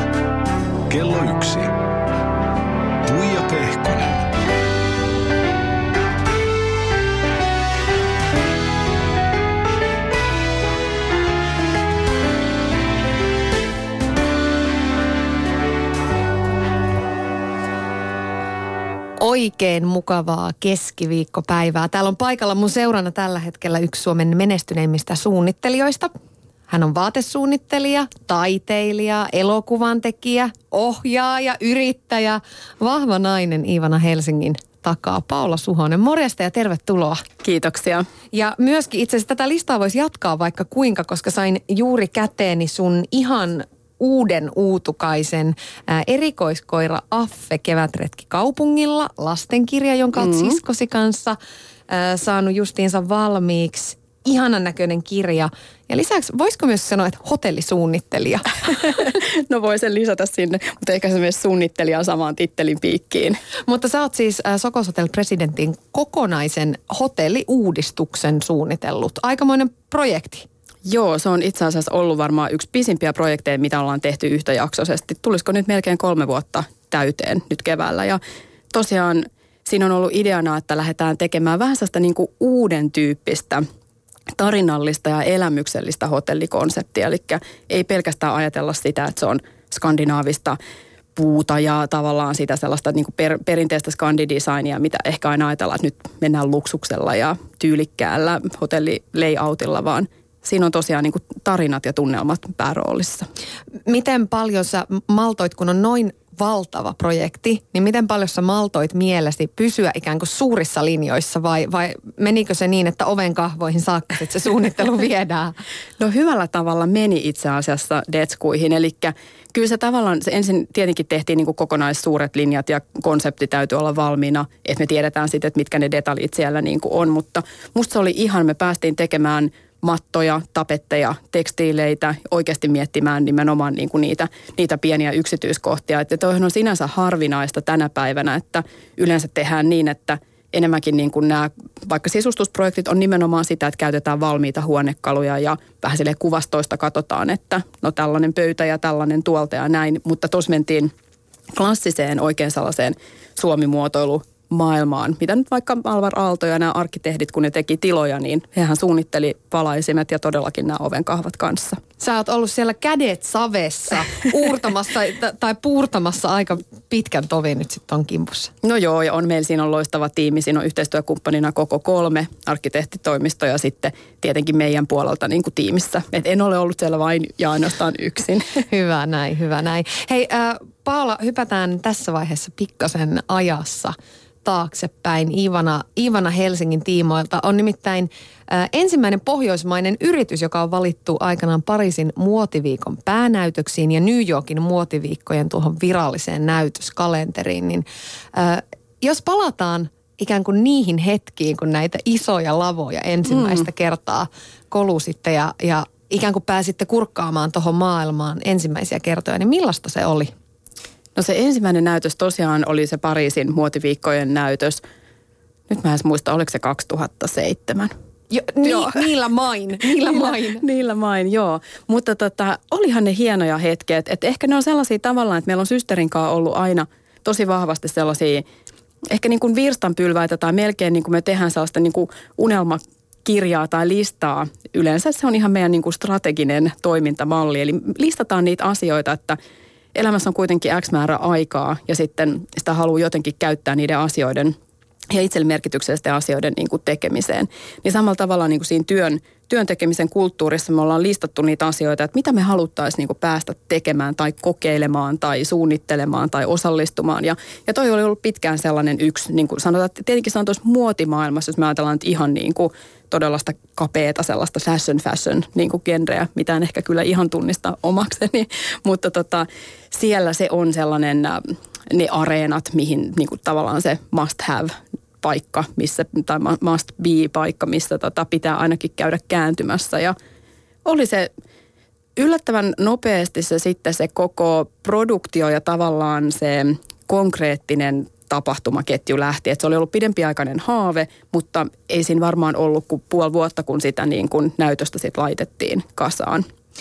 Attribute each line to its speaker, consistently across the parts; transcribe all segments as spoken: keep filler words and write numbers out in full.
Speaker 1: Kello yksi. Tuija Pehkonen.
Speaker 2: Oikein mukavaa keskiviikkopäivää. Täällä on paikalla mun seurana tällä hetkellä yksi Suomen menestyneimmistä suunnittelijoista. Hän on vaatesuunnittelija, taiteilija, elokuvantekijä, ohjaaja, yrittäjä, vahva nainen Iivana Helsingin takaa. Paula Suhonen, morjesta ja tervetuloa.
Speaker 3: Kiitoksia.
Speaker 2: Ja myöskin itse asiassa tätä listaa voisi jatkaa vaikka kuinka, koska sain juuri käteeni sun ihan uuden uutukaisen ää, erikoiskoira Affe kevätretki kaupungilla, lastenkirja, jonka olet mm-hmm. siskosi kanssa ää, saanut justiinsa valmiiksi. Ihanan näköinen kirja. Ja lisäksi, voisiko myös sanoa, että hotellisuunnittelija?
Speaker 3: No voi sen lisätä sinne, mutta ehkä se myös suunnittelija samaan tittelin piikkiin.
Speaker 2: Mutta sä oot siis äh, Sokos Hotel Presidentin kokonaisen hotelliuudistuksen suunnitellut. Aikamoinen projekti.
Speaker 3: Joo, se on itse asiassa ollut varmaan yksi pisimpiä projekteja, mitä ollaan tehty yhtäjaksoisesti. Tulisiko nyt melkein kolme vuotta täyteen nyt keväällä. Ja tosiaan siinä on ollut ideana, että lähdetään tekemään vähän sellaista niin kuin uuden tyyppistä tarinallista ja elämyksellistä hotellikonseptia. Eli ei pelkästään ajatella sitä, että se on skandinaavista puuta ja tavallaan sitä sellaista niin kuin per, perinteistä skandidesignia, mitä ehkä aina ajatellaan, että nyt mennään luksuksella ja tyylikkäällä hotellilayoutilla, vaan siinä on tosiaan niin kuin tarinat ja tunnelmat pääroolissa.
Speaker 2: Miten paljon sä maltoit, kun on noin valtava projekti, niin miten paljon sä maltoit mielesi pysyä ikään kuin suurissa linjoissa vai, vai menikö se niin, että oven kahvoihin saakka että se suunnittelu viedään?
Speaker 3: No hyvällä tavalla meni itse asiassa detskuihin, eli kyllä se tavallaan, se ensin tietenkin tehtiin niin kuin kokonaissuuret linjat ja konsepti täytyy olla valmiina, että me tiedetään sitten, että mitkä ne detaljit siellä niin kuin on, mutta musta se oli ihan, me päästiin tekemään mattoja, tapetteja, tekstiileitä, oikeasti miettimään nimenomaan niin kuin niitä, niitä pieniä yksityiskohtia. Että toihan on sinänsä harvinaista tänä päivänä, että yleensä tehdään niin, että enemmänkin niin kuin nämä, vaikka sisustusprojektit on nimenomaan sitä, että käytetään valmiita huonekaluja ja vähän silleen kuvastoista katsotaan, että no tällainen pöytä ja tällainen tuolta ja näin, mutta tuossa mentiin klassiseen oikein sellaiseen suomimuotoilu maailmaan. Mitä nyt vaikka Alvar Aalto ja nämä arkkitehdit, kun ne teki tiloja, niin hehän suunnitteli valaisimet ja todellakin nämä ovenkahvat kanssa.
Speaker 2: Sä oot ollut siellä kädet savessa uurtamassa tai puurtamassa aika pitkän tovin nyt sitten on kimpussa.
Speaker 3: No joo, ja on meillä siinä on loistava tiimi. Siinä on yhteistyökumppanina koko kolme arkkitehtitoimisto ja sitten tietenkin meidän puolelta niin kuin tiimissä. Et en ole ollut siellä vain ja ainoastaan yksin.
Speaker 2: Hyvä näin, hyvä näin. Hei äh, Paula, hypätään tässä vaiheessa pikkasen ajassa taaksepäin Iivana, Iivana Helsingin tiimoilta. On nimittäin äh, ensimmäinen pohjoismainen yritys, joka on valittu aikanaan Pariisin muotiviikon päänäytöksiin ja New Yorkin muotiviikkojen tuohon viralliseen näytöskalenteriin. Niin, äh, jos palataan ikään kuin niihin hetkiin, kun näitä isoja lavoja ensimmäistä mm. kertaa kolusitte ja, ja ikään kuin pääsitte kurkkaamaan tuohon maailmaan ensimmäisiä kertoja, niin millaista se oli?
Speaker 3: No se ensimmäinen näytös tosiaan oli se Pariisin muotiviikkojen näytös. Nyt mä en muista, oliko se kaksituhattaseitsemän.
Speaker 2: Jo, ni, joo. Niillä main, niillä main.
Speaker 3: Niillä main, joo. Mutta tota, olihan ne hienoja hetkiä. Että ehkä ne on sellaisia tavallaan, että meillä on systerin kanssa ollut aina tosi vahvasti sellaisia, ehkä niin kuin virstanpylväitä tai melkein niin kuin me tehdään sellaista niin kuin unelmakirjaa tai listaa. Yleensä se on ihan meidän niin kuin strateginen toimintamalli. Eli listataan niitä asioita, että elämässä on kuitenkin X määrä aikaa ja sitten sitä haluaa jotenkin käyttää niiden asioiden ja itselle merkityksellisten asioiden niin kuin tekemiseen. Niin samalla tavalla niin kuin siinä työn, työn tekemisen kulttuurissa me ollaan listattu niitä asioita, että mitä me haluttaisiin niin kuin päästä tekemään tai kokeilemaan tai suunnittelemaan tai osallistumaan. Ja, ja toi oli ollut pitkään sellainen yksi, niin kuin sanotaan, että tietenkin se on tuossa muotimaailmassa, jos me ajatellaan, että ihan niin kuin todella sitä kapeata sellaista fashion fashion niin kuin genreä, mitä en ehkä kyllä ihan tunnista omakseni, mutta tota, siellä se on sellainen ne areenat, mihin niin kuin tavallaan se must have paikka, missä, tai must be paikka, missä tota, pitää ainakin käydä kääntymässä. Ja oli se yllättävän nopeasti se sitten se koko produktio ja tavallaan se konkreettinen tapahtumaketju lähti. Että se oli ollut pidempiaikainen haave, mutta ei siinä varmaan ollut kuin puoli vuotta, kun sitä niin kuin näytöstä sitten laitettiin kasaan.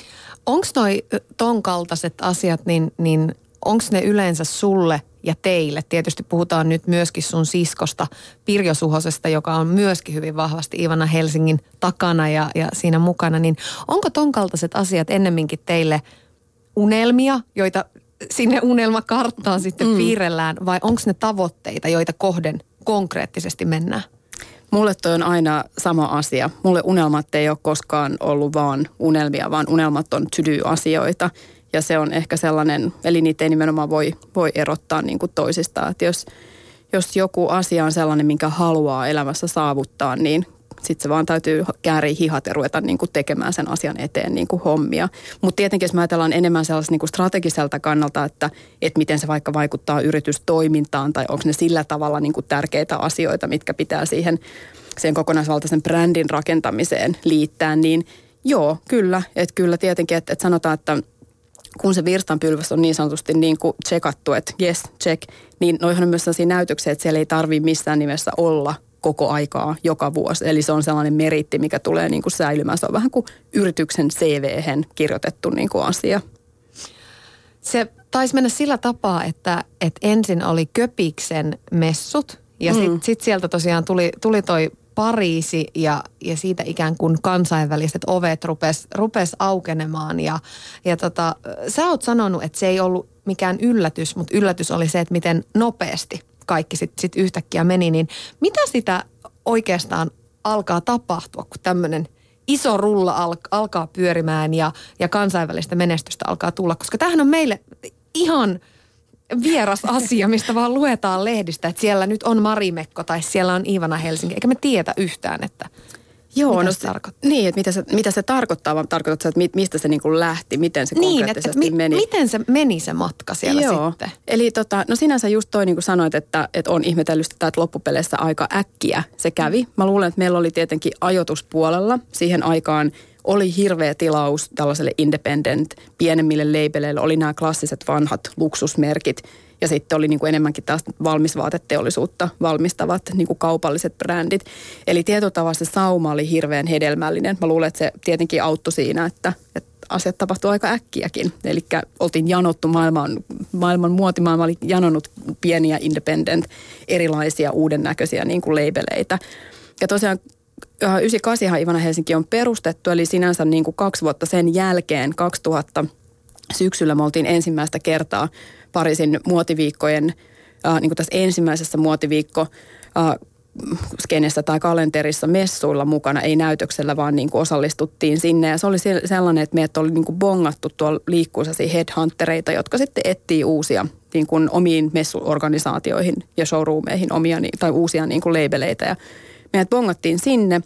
Speaker 2: onko noi ton kaltaiset asiat, niin, niin onko ne yleensä sulle ja teille? Tietysti puhutaan nyt myöskin sun siskosta Pirjo Suhosesta, joka on myöskin hyvin vahvasti Ivana Helsingin takana ja, ja siinä mukana. Niin onko ton kaltaiset asiat ennemminkin teille unelmia, joita sinne unelmakarttaan sitten mm. piirrellään, vai onko ne tavoitteita, joita kohden konkreettisesti mennään?
Speaker 3: Mulle toi on aina sama asia. Mulle unelmat ei ole koskaan ollut vaan unelmia, vaan unelmat on to-do-asioita. Ja se on ehkä sellainen, eli niitä ei nimenomaan voi, voi erottaa niin kuin toisistaan. Että jos, jos joku asia on sellainen, minkä haluaa elämässä saavuttaa, niin sitten se vaan täytyy kääriä hihat ja ruveta niin kuin tekemään sen asian eteen niin kuin hommia. Mutta tietenkin jos me ajatellaan enemmän sellaista niin kuin strategiselta kannalta, että, että miten se vaikka vaikuttaa yritystoimintaan tai onko ne sillä tavalla niin kuin tärkeitä asioita, mitkä pitää siihen sen kokonaisvaltaisen brändin rakentamiseen liittää, niin joo, kyllä. Että kyllä tietenkin, että, että sanotaan, että kun se virstanpylväs on niin sanotusti niin kuin checkattu, että yes, check, niin noihan on myös sellaisia näytöksiä, että siellä ei tarvitse missään nimessä olla koko aikaa, joka vuosi. Eli se on sellainen meritti, mikä tulee niin kuin säilymään. Se on vähän kuin yrityksen C V-hen kirjoitettu niin kuin asia.
Speaker 2: Se taisi mennä sillä tapaa, että, että ensin oli Köpiksen messut ja mm. sitten sit sieltä tosiaan tuli, tuli toi Pariisi ja, ja siitä ikään kuin kansainväliset ovet rupes, rupes aukenemaan. Ja, ja tota, sä oot sanonut, että se ei ollut mikään yllätys, mutta yllätys oli se, että miten nopeasti kaikki sitten sit yhtäkkiä meni. Niin mitä sitä oikeastaan alkaa tapahtua, kun tämmöinen iso rulla al, alkaa pyörimään ja, ja kansainvälistä menestystä alkaa tulla? Koska tämähän on meille ihan vieras asia, mistä vaan luetaan lehdistä, että siellä nyt on Marimekko tai siellä on Ivana Helsinki, eikä me tiedä yhtään, että
Speaker 3: Joo,
Speaker 2: mitä
Speaker 3: no
Speaker 2: se tarkoittaa.
Speaker 3: Niin, että mitä se, mitä se tarkoittaa, vaan tarkoittaa, että mistä se niin kuin lähti, miten se
Speaker 2: niin,
Speaker 3: konkreettisesti
Speaker 2: että, että
Speaker 3: meni.
Speaker 2: Mi, miten se meni se matka siellä
Speaker 3: Joo.
Speaker 2: sitten?
Speaker 3: Eli tota, no sinänsä just toi niin kuin sanoit, että, että on ihmetellyt sitä, että loppupeleissä aika äkkiä se kävi. Mä luulen, että meillä oli tietenkin ajoituspuolella siihen aikaan oli hirveä tilaus tällaiselle independent, pienemmille labeleille, oli nämä klassiset vanhat luksusmerkit. Ja sitten oli niin kuin enemmänkin taas valmisvaateteollisuutta valmistavat niin kuin kaupalliset brändit. Eli tietyllä tavalla se sauma oli hirveän hedelmällinen. Mä luulen, että se tietenkin auttoi siinä, että, että asiat tapahtui aika äkkiäkin. Eli oltiin janottu maailman, maailman muotimaailma oli janonnut pieniä independent, erilaisia uuden näköisiä niin kuin labeleitä. Ja tosiaan yhdeksänkymmentäkahdeksan Ivana Helsinki on perustettu, eli sinänsä niin kuin kaksi vuotta sen jälkeen, kaksituhatta syksyllä me oltiin ensimmäistä kertaa Pariisin muotiviikkojen, äh, niin kuin tässä ensimmäisessä muotiviikko äh, skenessä tai kalenterissa messuilla mukana, ei näytöksellä, vaan niin kuin osallistuttiin sinne. Ja se oli sellainen, että meidät oli niin kuin bongattu tuolla liikkuisasi headhuntereita, jotka sitten etsii uusia niin kuin omiin messuorganisaatioihin ja showroomeihin omia tai uusia niin kuin labeleita. Ja meidät bongattiin sinne.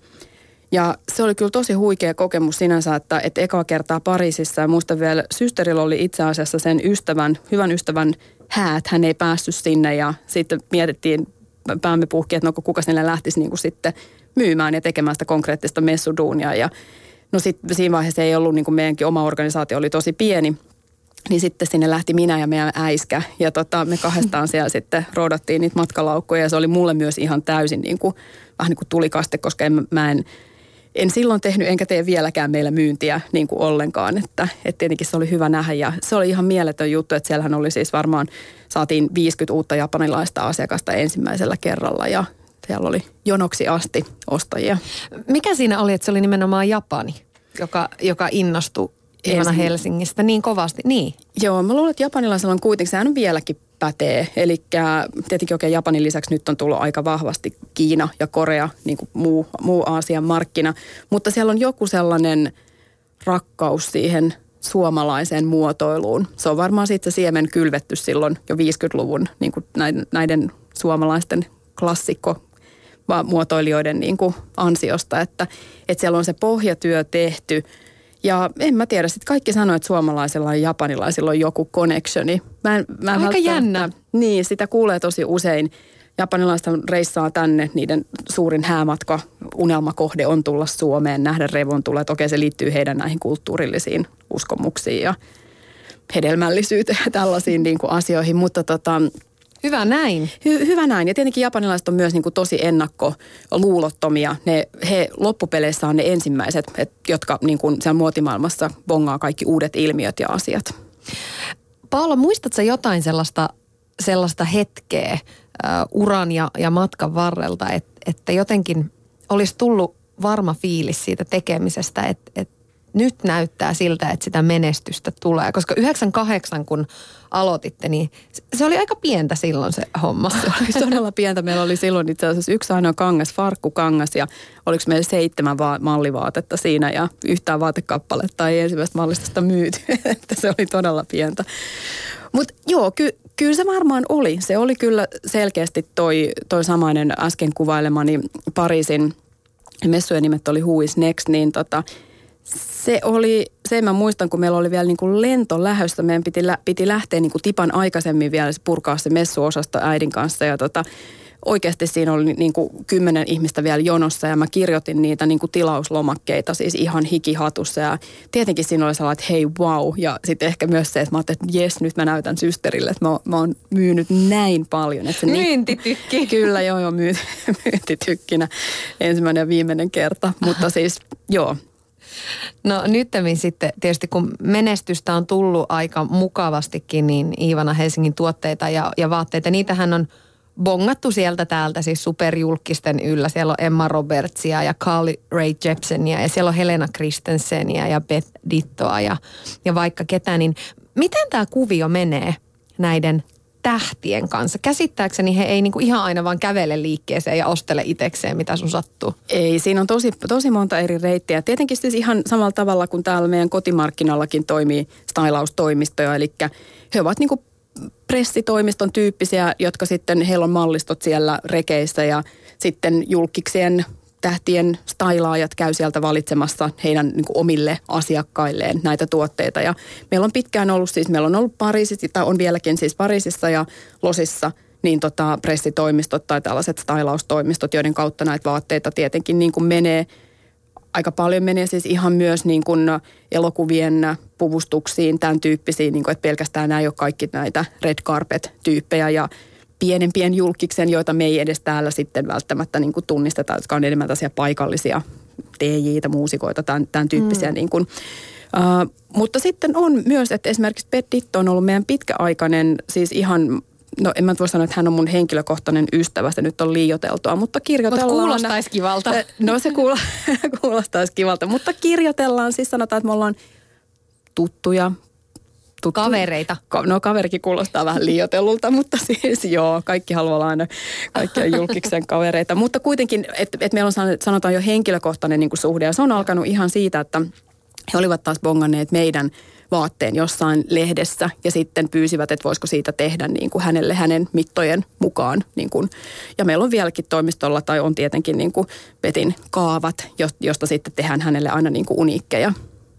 Speaker 3: Ja se oli kyllä tosi huikea kokemus sinänsä, että, että ekaa kertaa Pariisissa ja muista vielä systerillä oli itse asiassa sen ystävän, hyvän ystävän häät, hän ei päässyt sinne ja sitten mietittiin päämme puhki, että no kuka sinne lähtisi niin kuin sitten myymään ja tekemään sitä konkreettista messuduunia ja no sitten siinä vaiheessa ei ollut niin kuin meidänkin oma organisaatio oli tosi pieni. Niin sitten sinne lähti minä ja meidän äiskä ja tota, me kahdestaan siellä sitten roodattiin niitä matkalaukkuja ja se oli mulle myös ihan täysin niin kuin, vähän niin kuin tulikaste, koska en, mä en En silloin tehnyt, enkä tee vieläkään meillä myyntiä niin kuin ollenkaan, että, että tietenkin se oli hyvä nähdä ja se oli ihan mieletön juttu, että siellähän oli siis varmaan, saatiin viisikymmentä uutta japanilaista asiakasta ensimmäisellä kerralla ja siellä oli jonoksi asti ostajia.
Speaker 2: Mikä siinä oli, että se oli nimenomaan Japani, joka, joka innostui Ivana Helsingistä niin kovasti? Niin.
Speaker 3: Joo, mä luulen, että japanilaisella on kuitenkin, sehän on vieläkin pätee. Eli tietenkin oikein Japanin lisäksi nyt on tullut aika vahvasti Kiina ja Korea, niin kuin muu, muu Aasian markkina. Mutta siellä on joku sellainen rakkaus siihen suomalaiseen muotoiluun. Se on varmaan siitä se siemen kylvetty silloin jo viisikymmentäluvun niin kuin näiden, näiden suomalaisten klassikko muotoilijoiden niin kuin ansiosta, että, että siellä on se pohjatyö tehty. Ja en mä tiedä, sitten kaikki sanoo, että suomalaisilla ja japanilaisilla on joku connectioni. Mä en, mä en
Speaker 2: Aika jännä.
Speaker 3: Niin, sitä kuulee tosi usein. Japanilaiset reissaa tänne, niiden suurin häämatka, unelmakohde on tulla Suomeen, nähdä revontulet. Okei, se liittyy heidän näihin kulttuurillisiin uskomuksiin ja hedelmällisyyteen ja tällaisiin niin kuin asioihin. Mutta tota,
Speaker 2: Hyvä näin.
Speaker 3: Hy- hyvä näin. Ja tietenkin japanilaiset on myös niin kuin tosi ennakkoluulottomia. Ne, he loppupeleissä on ne ensimmäiset, et, jotka niin kuin siellä muotimaailmassa bongaa kaikki uudet ilmiöt ja asiat.
Speaker 2: Paula, muistatko jotain sellaista, sellaista hetkeä uh, uran ja, ja matkan varrelta, et, että jotenkin olisi tullut varma fiilis siitä tekemisestä, että et nyt näyttää siltä, että sitä menestystä tulee. Koska yhdeksänkymmentäkahdeksan kun aloititte, niin se oli aika pientä silloin se homma.
Speaker 3: Se oli todella pientä. Meillä oli silloin itse asiassa yksi ainoa kangas, farkkukangas, ja oliko meillä seitsemän va- mallivaatetta siinä ja yhtään vaatekappaletta ei ensimmäistä mallista myyty. Että se oli todella pientä. Mutta joo, ky- kyllä se varmaan oli. Se oli kyllä selkeästi toi, toi samainen äsken kuvailemani Pariisin messujen nimet oli Who is Next, niin tota, se oli, se mä muistan, kun meillä oli vielä niin kuin lento lähdössä, meidän piti, lä, piti lähteä niin kuin tipan aikaisemmin vielä purkaa se messuosasto äidin kanssa ja tota, oikeasti siinä oli niin kuin kymmenen ihmistä vielä jonossa ja mä kirjoitin niitä niin kuin tilauslomakkeita siis ihan hikihatussa ja tietenkin siinä oli sellainen, että hei wow ja sitten ehkä myös se, että mä ajattelin, että jes nyt mä näytän systerille, että mä, mä oon myynyt näin paljon. Että se
Speaker 2: Myyntitykki.
Speaker 3: Niin, kyllä joo joo myynti, myyntitykkinä ensimmäinen ja viimeinen kerta, mutta siis joo.
Speaker 2: No nyttemmin sitten tietysti kun menestystä on tullut aika mukavastikin, niin Iivana Helsingin tuotteita ja, ja vaatteita, niitähän on bongattu sieltä täältä siis superjulkisten yllä. Siellä on Emma Robertsia ja Carly Rae Jepsenia ja siellä on Helena Christensenia ja Beth Dittoa ja, ja vaikka ketä. Niin miten tämä kuvio menee näiden tähtien kanssa? Käsittääkseni he ei niinku ihan aina vaan kävele liikkeeseen ja ostele itsekseen, mitä sun sattuu.
Speaker 3: Ei, siinä on tosi, tosi monta eri reittiä. Tietenkin siis ihan samalla tavalla kuin täällä meidän kotimarkkinallakin toimii stylaustoimistoja, eli he ovat niinku pressitoimiston tyyppisiä, jotka sitten, heillä on mallistot siellä rekeissä ja sitten julkiksien tähtien stylaajat käy sieltä valitsemassa heidän niin kuin omille asiakkailleen näitä tuotteita. Ja meillä on pitkään ollut siis, meillä on ollut Pariisissa, tai on vieläkin siis Pariisissa ja Losissa, niin tota pressitoimistot tai tällaiset stylaustoimistot, joiden kautta näitä vaatteita tietenkin niin kuin menee. Aika paljon menee siis ihan myös niin kuin elokuvien puvustuksiin, tämän tyyppisiin, niin kuin, että pelkästään nämä ei ole kaikki näitä red carpet-tyyppejä ja pienempien julkiksen, joita me ei edes täällä sitten välttämättä niin kuin tunnisteta, jotka on enemmän tällaisia paikallisia D J:itä, muusikoita, tämän, tämän tyyppisiä. Mm. Niin kuin. Uh, mutta sitten on myös, että esimerkiksi Beth Ditto on ollut meidän pitkäaikainen, siis ihan, no en mä voi sanoa, että hän on mun henkilökohtainen ystävä, se nyt on liioteltua, mutta kirjoitellaan.
Speaker 2: Mutta kuulostaisi kivalta.
Speaker 3: No se kuulostaisi kivalta, mutta kirjoitellaan, siis sanotaan, että me ollaan tuttuja. Tuttu.
Speaker 2: Kavereita.
Speaker 3: No kaverikin kuulostaa vähän liioitellulta, mutta siis joo, kaikki haluaa olla aina kaikkia julkiksen kavereita. Mutta kuitenkin, että et meillä on sanotaan jo henkilökohtainen niin kuin suhde ja se on alkanut ihan siitä, että he olivat taas bonganneet meidän vaatteen jossain lehdessä ja sitten pyysivät, että voisiko siitä tehdä niin kuin hänelle hänen mittojen mukaan. Niin kuin. Ja meillä on vieläkin toimistolla tai on tietenkin niin kuin Betin kaavat, josta sitten tehdään hänelle aina niin kuin uniikkeja.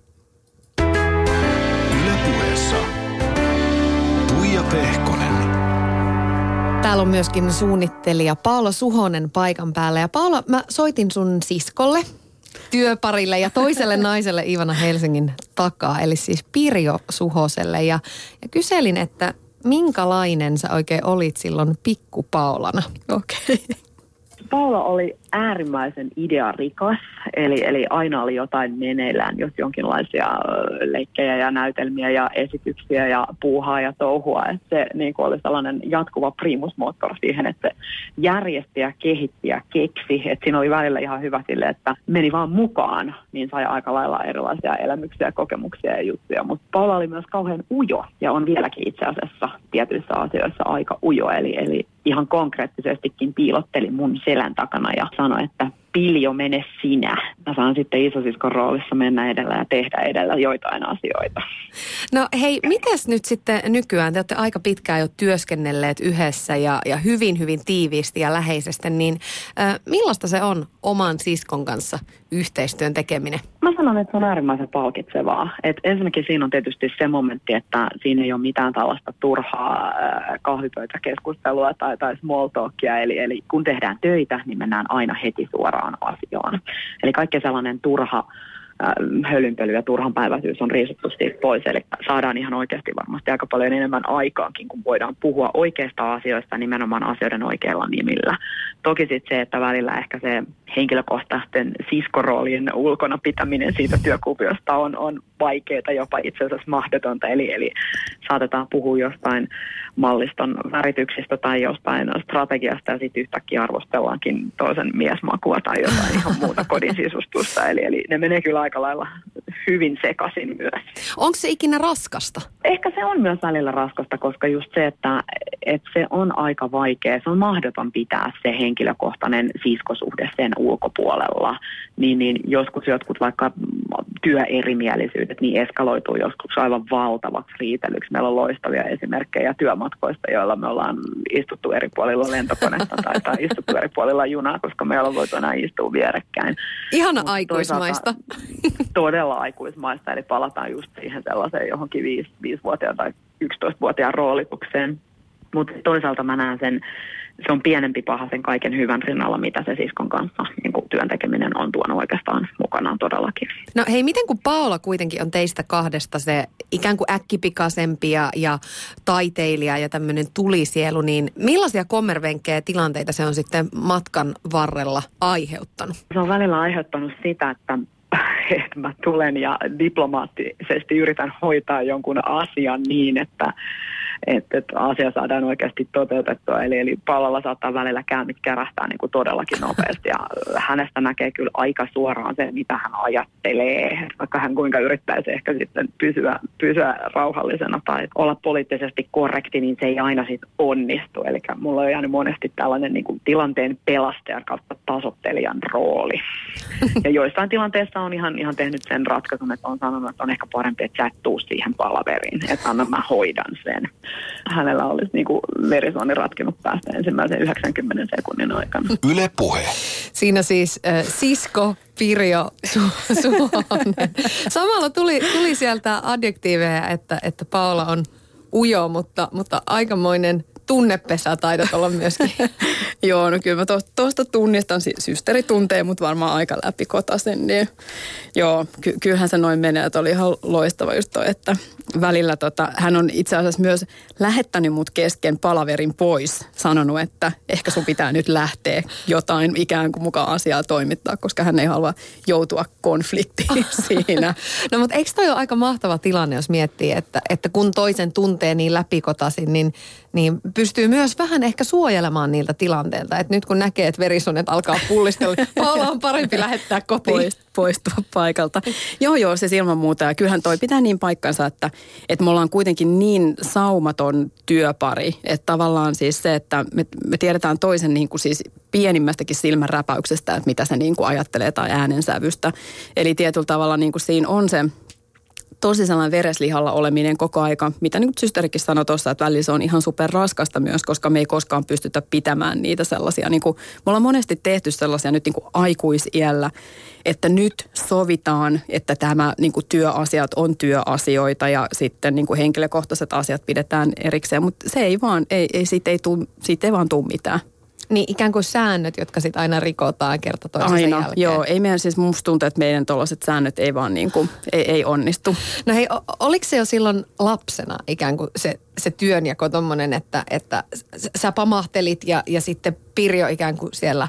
Speaker 1: Tuija Pehkonen.
Speaker 2: Täällä on myöskin suunnittelija Paula Suhonen paikan päällä. Ja Paula, mä soitin sun siskolle, työparille ja toiselle naiselle Iivana Helsingin takaa, eli siis Pirjo Suhoselle. Ja, ja kyselin, että minkälainen sä oikein olit silloin pikku Paulana?
Speaker 3: Okei. Okay.
Speaker 4: Paula oli äärimmäisen idearikas, eli, eli aina oli jotain meneillään, jos jonkinlaisia leikkejä ja näytelmiä ja esityksiä ja puuhaa ja touhua. Että se niin kuin oli sellainen jatkuva primusmoottori siihen, että se järjesti ja kehitti ja keksi. Että siinä oli välillä ihan hyvä sille, että meni vaan mukaan, niin sai aika lailla erilaisia elämyksiä, kokemuksia ja juttuja. Mutta Paula oli myös kauhean ujo ja on vieläkin itse asiassa tietyissä asioissa aika ujo, eli, eli ihan konkreettisestikin piilotteli mun selän takana ja sanoi, että Piljo, mene sinä. Mä saan sitten isosiskon roolissa mennä edellä ja tehdä edellä joitain asioita.
Speaker 2: No hei, mitäs nyt sitten nykyään? Te olette aika pitkään jo työskennelleet yhdessä ja, ja hyvin, hyvin tiiviisti ja läheisesti, niin äh, millaista se on oman siskon kanssa yhteistyön tekeminen?
Speaker 4: Mä sanon, että se on äärimmäisen palkitsevaa. Et ensinnäkin siinä on tietysti se momentti, että siinä ei ole mitään tällaista turhaa äh, kahvipöytäkeskustelua tai, tai small talkia. Eli, eli kun tehdään töitä, niin mennään aina heti suoraan asiaan. Eli kaikki sellainen turha äh, hölynpöly ja turhanpäiväisyys on riisuttu siitä pois. Eli saadaan ihan oikeasti varmasti aika paljon enemmän aikaakin, kun voidaan puhua oikeista asioista nimenomaan asioiden oikeilla nimillä. Toki sitten se, että välillä ehkä se henkilökohtaisten siskoroolien ulkona pitäminen siitä työkuviosta on, on vaikeaa, jopa itse asiassa mahdotonta. Eli, eli saatetaan puhua jostain malliston värityksistä tai jostain strategiasta ja sitten yhtäkkiä arvostellaankin toisen miesmakua tai jotain ihan muuta kodin sisustusta. Eli, eli ne menee kyllä aika lailla hyvin sekaisin myös.
Speaker 2: Onko se ikinä raskasta?
Speaker 4: Ehkä se on myös välillä raskasta, koska just se, että, että se on aika vaikea. Se on mahdoton pitää se henkilökohtainen siskosuhde sen ulkopuolella. Niin, niin joskus jotkut vaikka työerimielisyydet niin eskaloituu joskus aivan valtavaksi riitelyksi. Meillä on loistavia esimerkkejä työmatkoista, joilla me ollaan istuttu eri puolilla lentokonetta tai, tai istuttu eri puolilla junaa, koska me ollaan voitu enää istua vierekkäin.
Speaker 2: Ihana aikuismaista.
Speaker 4: Todella aikuismaista, eli palataan just siihen sellaiseen johonkin viisi, viisivuotiaan tai yksitoistavuotiaan roolitukseen. Mutta toisaalta mä näen sen, se on pienempi paha sen kaiken hyvän rinnalla, mitä se siskon kanssa niin kuin työn tekeminen on tuonut oikeastaan mukanaan todellakin.
Speaker 2: No hei, miten kun Paula kuitenkin on teistä kahdesta se ikään kuin äkkipikaisempi ja, ja taiteilija ja tämmöinen tulisielu, niin millaisia kommervenkkejä ja tilanteita se on sitten matkan varrella aiheuttanut?
Speaker 4: Se on välillä aiheuttanut sitä, että että mä tulen ja diplomaattisesti yritän hoitaa jonkun asian niin, että, että, että asia saadaan oikeasti toteutettua. Eli, eli Paulalla saattaa välillä käymit kärähtää niin kuin todellakin nopeasti ja hänestä näkee kyllä aika suoraan se, mitä hän ajattelee. Vaikka hän kuinka yrittäisi ehkä sitten pysyä, pysyä rauhallisena tai olla poliittisesti korrekti, niin se ei aina sitten onnistu. Eli mulla on jäänyt monesti tällainen niin kuin tilanteen pelastajan kautta tasoittelijan rooli. Ja joissain tilanteissa on ihan, ihan tehnyt sen ratkaisun, että on sanonut, että on ehkä parempi, että sä et tuu siihen palaveriin, että anna mä hoidan sen. Hänellä olisi niin kuin verisuoni ratkinut päästä ensimmäisen yhdeksänkymmentä sekunnin aikana.
Speaker 1: Yle Puhe.
Speaker 2: Siinä siis äh, sisko Pirjo Su- Suhonen. Samalla tuli, tuli sieltä adjektiiveja, että, että Paula on ujo, mutta, mutta aikamoinen tunnepesä taidat olla myöskin.
Speaker 3: Joo, no kyllä mä tuosta tunnistan, systeri tuntee mut varmaan aika läpikotaisen, niin joo, ky- kyllähän se noin menee, että oli ihan loistava just toi, että välillä tota, hän on itse asiassa myös lähettänyt mut kesken palaverin pois, sanonut, että ehkä sun pitää nyt lähteä jotain ikään kuin mukaan asiaa toimittaa, koska hän ei halua joutua konfliktiin siinä.
Speaker 2: No mutta eikö toi ole aika mahtava tilanne, jos miettii, että, että kun toisen tuntee niin läpikotasin, niin, niin pystyy myös vähän ehkä suojelemaan niiltä tilanteilta. Että nyt kun näkee, että verisuonet alkaa pullistella, Paula on parempi lähettää kotiin.
Speaker 3: Poistua paikalta. Joo, joo, se ilman muuta. Ja kyllähän toi pitää niin paikkansa, että, että me ollaan kuitenkin niin saumaton työpari, että tavallaan siis se, että me, me tiedetään toisen niin kuin siis pienimmästäkin silmänräpäyksestä, että mitä se niin kuin ajattelee tai äänensävystä. Eli tietyllä tavalla niin kuin siinä on se tosi sellainen vereslihalla oleminen koko aika, mitä niin kuin systerikin sanoi tuossa, että välillä se on ihan superraskasta myös, koska me ei koskaan pystytä pitämään niitä sellaisia. Niin kuin, me ollaan monesti tehty sellaisia nyt niin kuin aikuisiällä, että nyt sovitaan, että tämä niin kuin työasiat on työasioita ja sitten niin kuin henkilökohtaiset asiat pidetään erikseen, mutta se ei vaan, ei, ei, siitä, ei tuu, siitä ei vaan tule mitään.
Speaker 2: Niin ikään kuin säännöt, jotka sitten aina rikotaan kerta toisensa
Speaker 3: aina,
Speaker 2: jälkeen.
Speaker 3: Joo, ei meidän siis musta tuntuu, että meidän tuollaiset säännöt ei vaan niin kuin, ei, ei onnistu.
Speaker 2: No hei, oliko se jo silloin lapsena ikään kuin se, se työnjako tommonen, että, että sä pamahtelit ja, ja sitten Pirjo ikään kuin siellä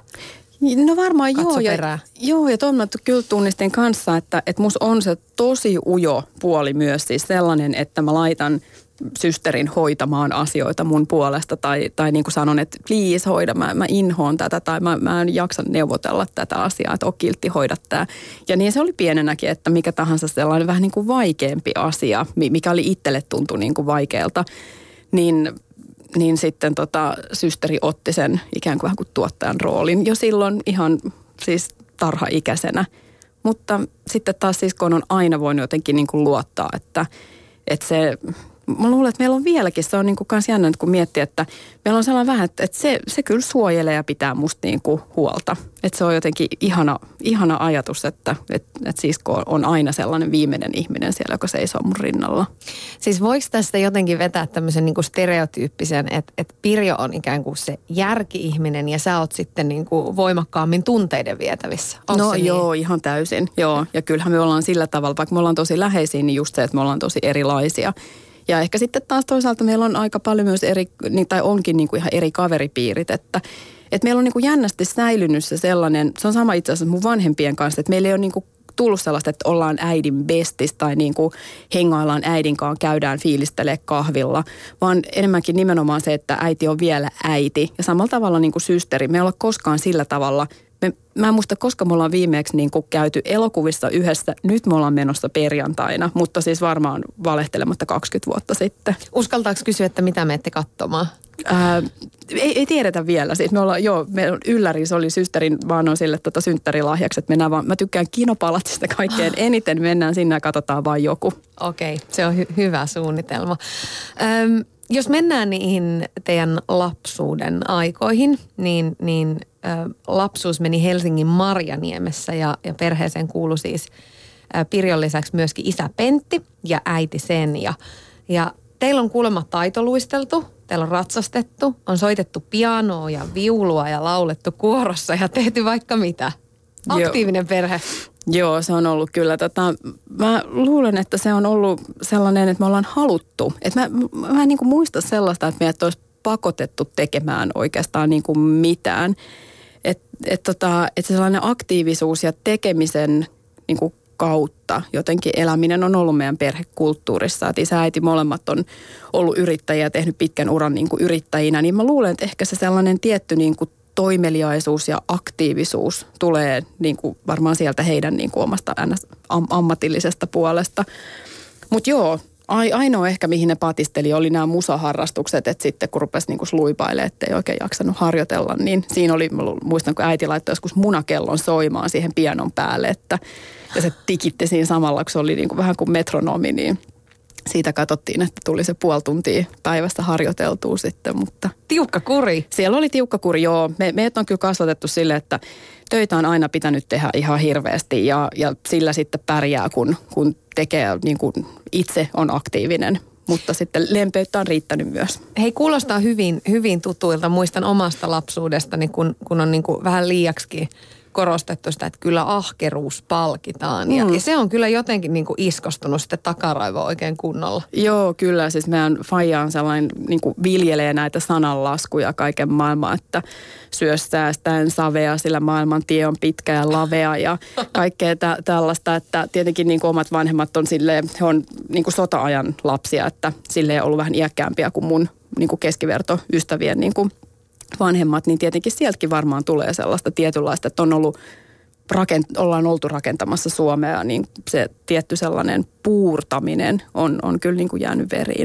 Speaker 3: No varmaan joo
Speaker 2: ja,
Speaker 3: joo, ja tuon mä kyllä tunnistin kanssa, että, että musta on se tosi ujo puoli myös siis sellainen, että mä laitan systerin hoitamaan asioita mun puolesta tai, tai niin kuin sanon, että please hoida, mä, mä inhoon tätä tai mä, mä en jaksa neuvotella tätä asiaa, että okiltti hoida tämä. Ja niin se oli pienenäkin, että mikä tahansa sellainen vähän niin kuin vaikeampi asia, mikä oli itselle tuntui niin kuin vaikealta, niin niin sitten tota, systeri otti sen ikään kuin vähän kuin tuottajan roolin jo silloin ihan siis tarhaikäisenä. Mutta sitten taas siskoon on aina voinut jotenkin niin kuin luottaa, että, että se mä luulen, että meillä on vieläkin, se on niin kuin kans jännä, kun miettii, että meillä on sellainen vähän, että, että se, se kyllä suojelee ja pitää musta niin kuin huolta. Että se on jotenkin ihana, ihana ajatus, että, että, että sisko on aina sellainen viimeinen ihminen siellä, joka seisoo mun rinnalla.
Speaker 2: Siis voiko tästä jotenkin vetää tämmöisen niin kuin stereotyyppisen, että, että Pirjo on ikään kuin se järki-ihminen ja sä oot sitten niin kuin voimakkaammin tunteiden vietävissä? Onko
Speaker 3: No
Speaker 2: se
Speaker 3: joo,
Speaker 2: niin?
Speaker 3: ihan täysin. Joo, ja kyllähän me ollaan sillä tavalla, vaikka me ollaan tosi läheisiä, niin just se, että me ollaan tosi erilaisia. Ja ehkä sitten taas toisaalta meillä on aika paljon myös eri, tai onkin niin kuin ihan eri kaveripiirit, että, että meillä on niin kuin jännästi säilynyt se sellainen, se on sama itse asiassa mun vanhempien kanssa, että meillä ei ole niin kuin tullut sellaista, että ollaan äidin bestis tai niin kuin hengaillaan äidin kanssa, käydään fiilistelee kahvilla, vaan enemmänkin nimenomaan se, että äiti on vielä äiti. Ja samalla tavalla niin kuin systeri, me ei olla koskaan sillä tavalla. Me, mä en muista, koska me ollaan viimeksi niin kuin käyty elokuvissa yhdessä. Nyt me ollaan menossa perjantaina, mutta siis varmaan valehtelematta kaksikymmentä vuotta sitten.
Speaker 2: Uskaltaako kysyä, että mitä menette katsomaan?
Speaker 3: Ää, ei, ei tiedetä vielä. Siis me ollaan, joo, me ylläri, se oli systerin vaan on sille tota synttärilahjaksi, että mennään vaan, mä tykkään Kinopalatsista kaikkein eniten, mennään sinne ja katsotaan vaan joku.
Speaker 2: Okei, okay, se on hy- hyvä suunnitelma. Öm, jos mennään niihin teidän lapsuuden aikoihin, niin, niin ö, lapsuus meni Helsingin Marjaniemessä ja, ja perheeseen kuului siis ö, Pirjon lisäksi myöskin isä Pentti ja äiti Senja. Ja teillä on kuulemma taitoluisteltu, teillä on ratsastettu, on soitettu pianoa ja viulua ja laulettu kuorossa ja tehty vaikka mitä. Aktiivinen Joo. perhe.
Speaker 3: Joo, se on ollut kyllä. Tota, mä luulen, että se on ollut sellainen, että me ollaan haluttu. Että mä, mä en niin kuin muista sellaista, että meidät olisi pakotettu tekemään oikeastaan niin kuin mitään. Että et tota, et se sellainen aktiivisuus ja tekemisen niin kuin kautta jotenkin eläminen on ollut meidän perhekulttuurissa. Että isä ja äiti molemmat on ollut yrittäjiä ja tehnyt pitkän uran niin kuin yrittäjinä. Niin mä luulen, että ehkä se sellainen tietty niin kuin toimeliaisuus ja aktiivisuus tulee niin kuin varmaan sieltä heidän niin kuin omasta ammatillisesta puolesta. Mutta joo, ainoa ehkä mihin ne patisteli oli nämä musaharrastukset, että sitten kun rupesi niin kuin sluipailemaan, ettei oikein jaksanut harjoitella, niin siinä oli, mä muistan kun äiti laittoi joskus munakellon soimaan siihen pianon päälle, että ja se tikitti siinä samalla, kun se oli niin kuin vähän kuin metronomi, niin siitä katsottiin, että tuli se puoli tuntia päivästä harjoiteltua sitten, mutta...
Speaker 2: Tiukka kuri.
Speaker 3: Siellä oli tiukka kuri, joo. Me, meidät on kyllä kasvatettu sille, että töitä on aina pitänyt tehdä ihan hirveästi ja, ja sillä sitten pärjää, kun, kun tekee niin kuin itse on aktiivinen. Mutta sitten lempeyttä on riittänyt myös. Hei,
Speaker 2: kuulostaa hyvin, hyvin tutuilta. Muistan omasta lapsuudestani, kun, kun on niin kuin vähän liiaksikin korostettu sitä, että kyllä ahkeruus palkitaan. Mm. Ja, ja se on kyllä jotenkin niin kuin iskostunut sitten takaraivoon oikein kunnolla.
Speaker 3: Joo, kyllä. Siis meidän faija on sellainen, niin kuin viljelee näitä sananlaskuja kaiken maailman, että syö säästäen savea, sillä maailman tie on pitkä ja lavea ja kaikkea tä- tällaista. Että tietenkin niin kuin omat vanhemmat on silleen, he on niin kuin sota-ajan lapsia, että silleen ollut vähän iäkkäämpiä kuin mun niin kuin keskivertoystävien niin kuin vanhemmat, niin tietenkin sieltäkin varmaan tulee sellaista tietynlaista, että on ollut, rakent- ollaan oltu rakentamassa Suomea, niin se tietty sellainen puurtaminen on, on kyllä niin kuin jäänyt veriin.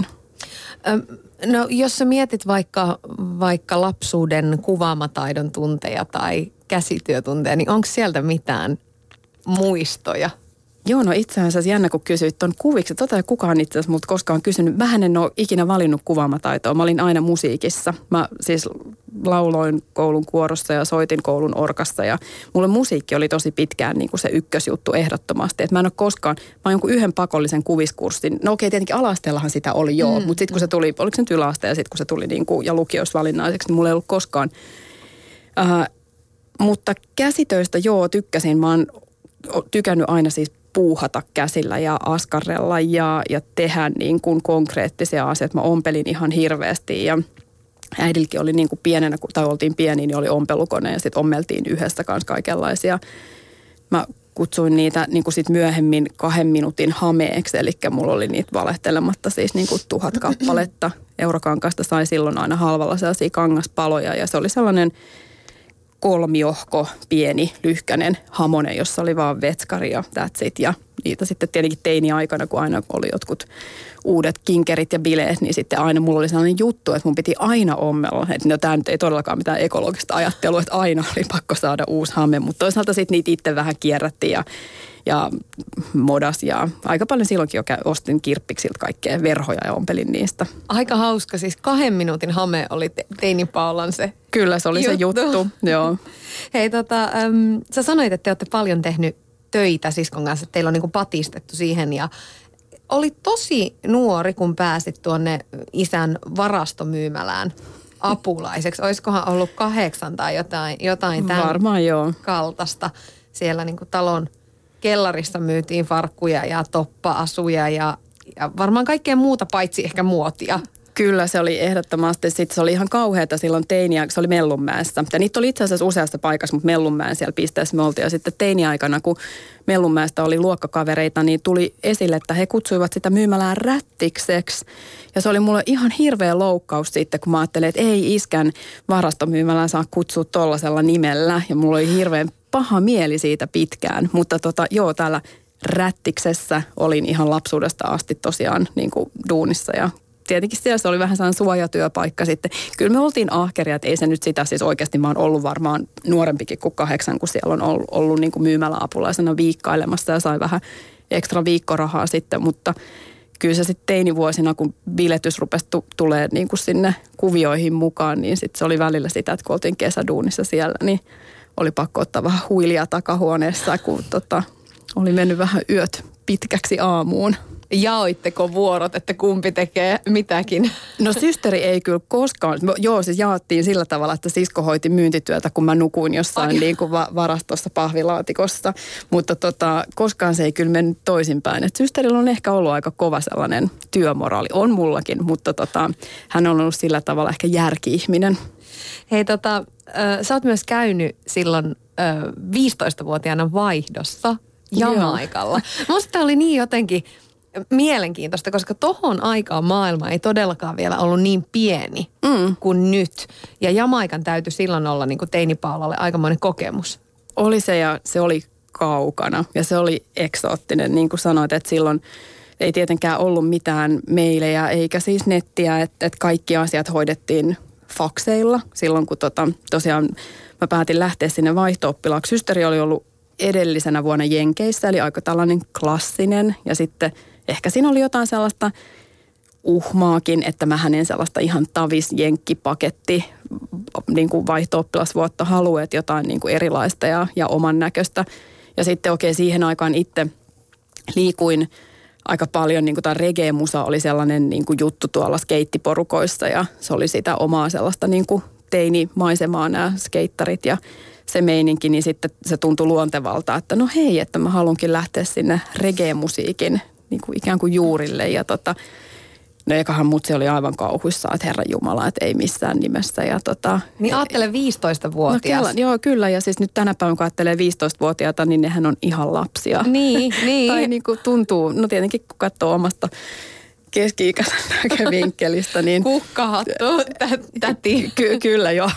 Speaker 2: No jos sä mietit vaikka, vaikka lapsuuden kuvaamataidon tunteja tai käsityötunteja, niin onko sieltä mitään muistoja?
Speaker 3: Joo, no itse asiassa jännä, kun kysyit tuon kuviksi. Tota ei kukaan itse asiassa multa koskaan kysynyt. Mähän en ole ikinä valinnut kuvaamataitoa. Mä olin aina musiikissa. Mä siis lauloin koulun kuorossa ja soitin koulun orkassa. Ja mulle musiikki oli tosi pitkään niin kuin se ykkösjuttu ehdottomasti. Että mä en ole koskaan, mä oon jonkun yhden pakollisen kuviskurssin. No okei, tietenkin ala-asteellahan sitä oli joo. Mm. Mutta sitten kun se tuli, oliko se nyt yläaste ja sitten kun se tuli niin kuin, ja lukioisvalinnaiseksi, niin mulla ei ollut koskaan. Äh, mutta käsitöistä joo, tykkäsin. Mä oon tykännyt aina siis puuhata käsillä ja askarrella ja, ja tehdä niin kuin konkreettisia asioita. Mä ompelin ihan hirveästi ja äidilläkin oli niin kuin pienenä, tai oltiin pieni, niin oli ompelukone ja sitten ommeltiin yhdessä kanssa kaikenlaisia. Mä kutsuin niitä niin kuin sit myöhemmin kahden minuutin hameeksi, eli mulla oli niitä valehtelematta siis niin kuin tuhat kappaletta. Eurokankasta sai silloin aina halvalla sellaisia kangaspaloja ja se oli sellainen kolmiohko, pieni, lyhkänen hamone, jossa oli vaan vetskari ja that's it. Ja niitä sitten tietenkin teini-aikana, kun aina oli jotkut uudet kinkerit ja bileet, niin sitten aina mulla oli sellainen juttu, että mun piti aina ommella. Että no tämä nyt ei todellakaan mitään ekologista ajattelua, että aina oli pakko saada uusi hame, mutta toisaalta sitten niitä itse vähän kierrättiin ja ja modas ja aika paljon silloinkin jo ostin kirppiksiltä kaikkea verhoja ja ompelin niistä.
Speaker 2: Aika hauska, siis kahden minuutin hame oli te- teini Paulan se.
Speaker 3: Kyllä, se oli juttu. se juttu, joo.
Speaker 2: Hei tota, äm, sä sanoit, että te olette paljon tehnyt töitä siskon kanssa, että teillä on niinku patistettu siihen ja oli tosi nuori, kun pääsit tuonne isän varastomyymälään apulaiseksi. Olisikohan ollut kahdeksan tai jotain, jotain tämän
Speaker 3: Varmaan joo.
Speaker 2: kaltaista. Siellä niinku talon kellarissa myytiin farkkuja ja toppa-asuja ja, ja varmaan kaikkea muuta paitsi ehkä muotia.
Speaker 3: Kyllä, se oli ehdottomasti. Sitten se oli ihan kauheata silloin teiniä, se oli Mellunmäessä. Ja niitä oli itse asiassa useassa paikassa, mutta Mellunmäen siellä pisteessä me oltiin. Ja sitten teiniaikana, kun Mellunmäestä oli luokkakavereita, niin tuli esille, että he kutsuivat sitä myymälään rättikseksi. Ja se oli mulle ihan hirveä loukkaus sitten, kun mä ajattelin, että ei iskän varastomyymälään saa kutsua tollasella nimellä. Ja mulla oli hirveän paha mieli siitä pitkään. Mutta tota, joo, täällä rättiksessä olin ihan lapsuudesta asti tosiaan niin kuin duunissa ja tietenkin siellä se oli vähän sellainen suojatyöpaikka sitten. Kyllä me oltiin ahkeria, että ei se nyt sitä siis oikeasti, mä oon ollut varmaan nuorempikin kuin kahdeksan, kun siellä on ollut, ollut niin kuin myymäläapulaisena viikkailemassa ja sai vähän ekstra viikkorahaa sitten, mutta kyllä se sitten teinivuosina, kun biletys rupesi tu- tulee niin kuin sinne kuvioihin mukaan, niin sitten se oli välillä sitä, että kun oltiin kesäduunissa siellä, niin oli pakko ottaa vähän huilia takahuoneessa, kun tota, oli mennyt vähän yöt pitkäksi aamuun.
Speaker 2: Jaoitteko vuorot, että kumpi tekee mitäkin?
Speaker 3: No systeri ei kyllä koskaan. Joo, siis jaettiin sillä tavalla, että sisko hoiti myyntityötä, kun mä nukuin jossain niin kuin va- varastossa, pahvilaatikossa. Mutta tota, koskaan se ei kyllä mennyt toisinpäin. Et systerillä on ehkä ollut aika kova sellainen työmoraali. On mullakin, mutta tota, hän on ollut sillä tavalla ehkä järki-ihminen.
Speaker 2: Hei tota, äh, sä oot myös käynyt silloin äh, viisitoistavuotiaana vaihdossa Jamaikalla. Musta tää oli niin jotenkin mielenkiintoista, koska tohon aikaan maailma ei todellakaan vielä ollut niin pieni mm. kuin nyt. Ja Jamaikan täytyi silloin olla niin kuin teini Paulalle aikamoinen kokemus.
Speaker 3: Oli se ja se oli kaukana ja se oli eksoottinen, niin kuin sanoit, että silloin ei tietenkään ollut mitään meilejä eikä siis nettiä, että, että kaikki asiat hoidettiin fakseilla silloin, kun tota, tosiaan mä päätin lähteä sinne vaihto-oppilaaksi. Systeri oli ollut edellisenä vuonna Jenkeissä, eli aika tällainen klassinen ja sitten ehkä siinä oli jotain sellaista uhmaakin, että mä hänen sellaista ihan tavis jenkkipaketti niin kuin vaihto-oppilasvuotta haluet jotain niin kuin erilaista ja, ja oman näköistä. Ja sitten okei, siihen aikaan itse liikuin aika paljon, niin kuin tämä reggae-musa oli sellainen niin kuin juttu tuolla skeittiporukoissa ja se oli sitä omaa sellaista niin kuin teinimaisemaa nämä skeittarit ja se meininki, niin sitten se tuntui luontevalta, että no hei, että mä haluankin lähteä sinne reggae-musiikin niin kuin ikään kuin juurille ja tota, no ekahan mutsi oli aivan kauhuissaan, että Herran Jumala, että ei missään nimessä. Ja tota,
Speaker 2: niin ajattele viisitoistavuotias.
Speaker 3: No, joo, kyllä. Ja siis nyt tänä päivänä, kun ajattelee viisitoistavuotiaita, niin nehän on ihan lapsia.
Speaker 2: Niin, niin.
Speaker 3: Tai niin kuin tuntuu, no tietenkin kun katsoo omasta keski-ikäisen näkövinkkelistä, niin
Speaker 2: kukkahattu, täti.
Speaker 3: Ky- kyllä, joo.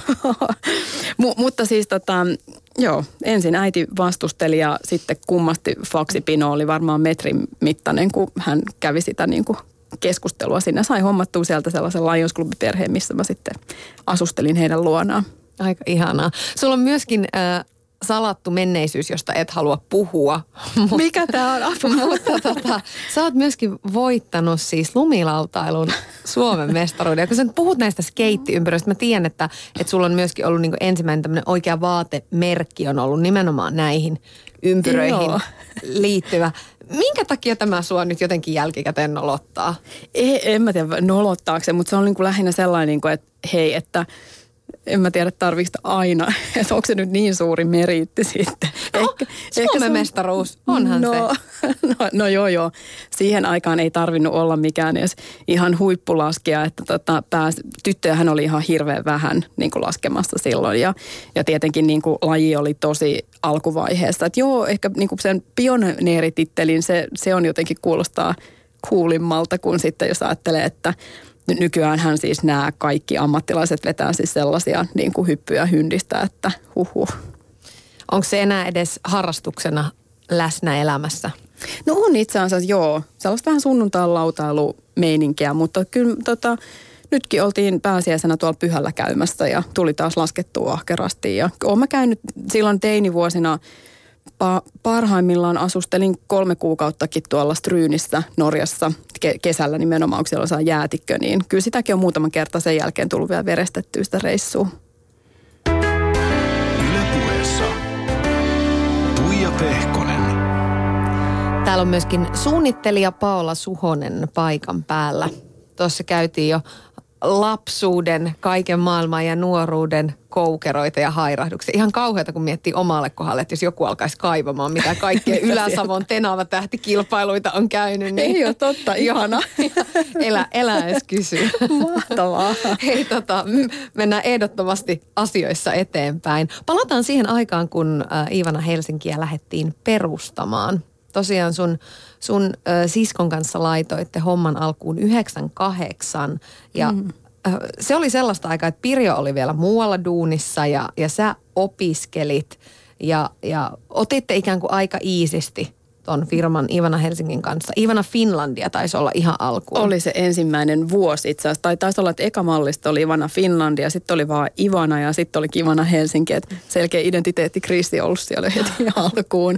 Speaker 3: M- mutta siis tota, joo, ensin äiti vastusteli ja sitten kummasti faksipino oli varmaan metrin mittainen, kun hän kävi sitä niin kuin keskustelua. Siinä sai hommattua sieltä sellaisen Lions Club-perheen, missä mä sitten asustelin heidän luonaan.
Speaker 2: Aika ihanaa. Sulla on myöskin äh, salattu menneisyys, josta et halua puhua.
Speaker 3: Mikä tää on?
Speaker 2: Mutta tota, sä oot myöskin voittanut siis lumilautailun Suomen mestaruuden. Ja kun sä puhut näistä skeittiympyröistä, mä tiedän, että, että sulla on myöskin ollut niin kuin ensimmäinen tämmöinen oikea vaatemerkki on ollut nimenomaan näihin ympyröihin Joo. liittyvä. Minkä takia tämä sua nyt jotenkin jälkikäteen nolottaa?
Speaker 3: Ei, en mä tiedä nolottaako se, mutta se on niin kuin lähinnä sellainen, niin kuin, että hei, että en mä tiedä, tarvitsetko aina, että onko se nyt niin suuri meriitti sitten.
Speaker 2: No, ehkä, Suomen ehkä mestaruus, onhan
Speaker 3: no,
Speaker 2: se.
Speaker 3: No, no joo joo, siihen aikaan ei tarvinnut olla mikään edes ihan huippulaskija, että tota, pääs, tyttöjähän oli ihan hirveän vähän niin kuin laskemassa silloin ja, ja tietenkin niin kuin laji oli tosi alkuvaiheessa. Että joo, ehkä niin kuin sen pioneeritittelin, se, se on jotenkin kuulostaa kuulimmalta kuin sitten jos ajattelee, että nykyäänhän siis nämä kaikki ammattilaiset vetää siis sellaisia niin kuin hyppyjä hyndistä, että huhuh.
Speaker 2: Onko se enää edes harrastuksena läsnä elämässä?
Speaker 3: No on itse asiassa joo. Sellaista vähän sunnuntain lautailumeininkiä, mutta kyllä tota, nytkin oltiin pääsiäisenä tuolla pyhällä käymässä ja tuli taas laskettua ahkerasti. Ja olen mä käynyt silloin teinivuosina pa- parhaimmillaan asustelin kolme kuukauttakin tuolla Strynissä Norjassa ke- kesällä nimenomaan, kun siellä saa jäätikkö, niin kyllä sitäkin on muutaman kerta sen jälkeen tullut vielä verestettyä sitä reissua.
Speaker 1: Yle Puheessa Tuija Pehkonen.
Speaker 2: Täällä on myöskin suunnittelija Paola Suhonen paikan päällä. Tuossa käytiin jo lapsuuden, kaiken maailman ja nuoruuden koukeroita ja hairahduksia. Ihan kauheata, kun miettii omalle kohdalle, että jos joku alkaisi kaivamaan, mitä kaikkea Ylä-Savon Tenava tähtikilpailuita on käynyt. Niin
Speaker 3: Ei ole totta, ihana.
Speaker 2: Elä, elä edes kysyä.
Speaker 3: Mahtavaa.
Speaker 2: Hei, tota, mennään ehdottomasti asioissa eteenpäin. Palataan siihen aikaan, kun Iivana Helsinkiä lähdettiin perustamaan. Tosiaan sun, sun ö, siskon kanssa laitoitte homman alkuun yhdeksänkymmentäkahdeksan ja mm. ö, se oli sellaista aikaa, että Pirjo oli vielä muualla duunissa ja, ja sä opiskelit ja, ja otitte ikään kuin aika iisisti ton firman Iivana Helsingin kanssa. Iivana Finlandia taisi olla ihan alkuun.
Speaker 3: Oli se ensimmäinen vuosi itse asiassa. Tai taisi olla, että eka mallista oli Ivana Finlandia, sitten oli vaan Ivana ja sitten oli Ivana Helsinki. Että selkeä identiteettikriisi ollut siellä heti alkuun.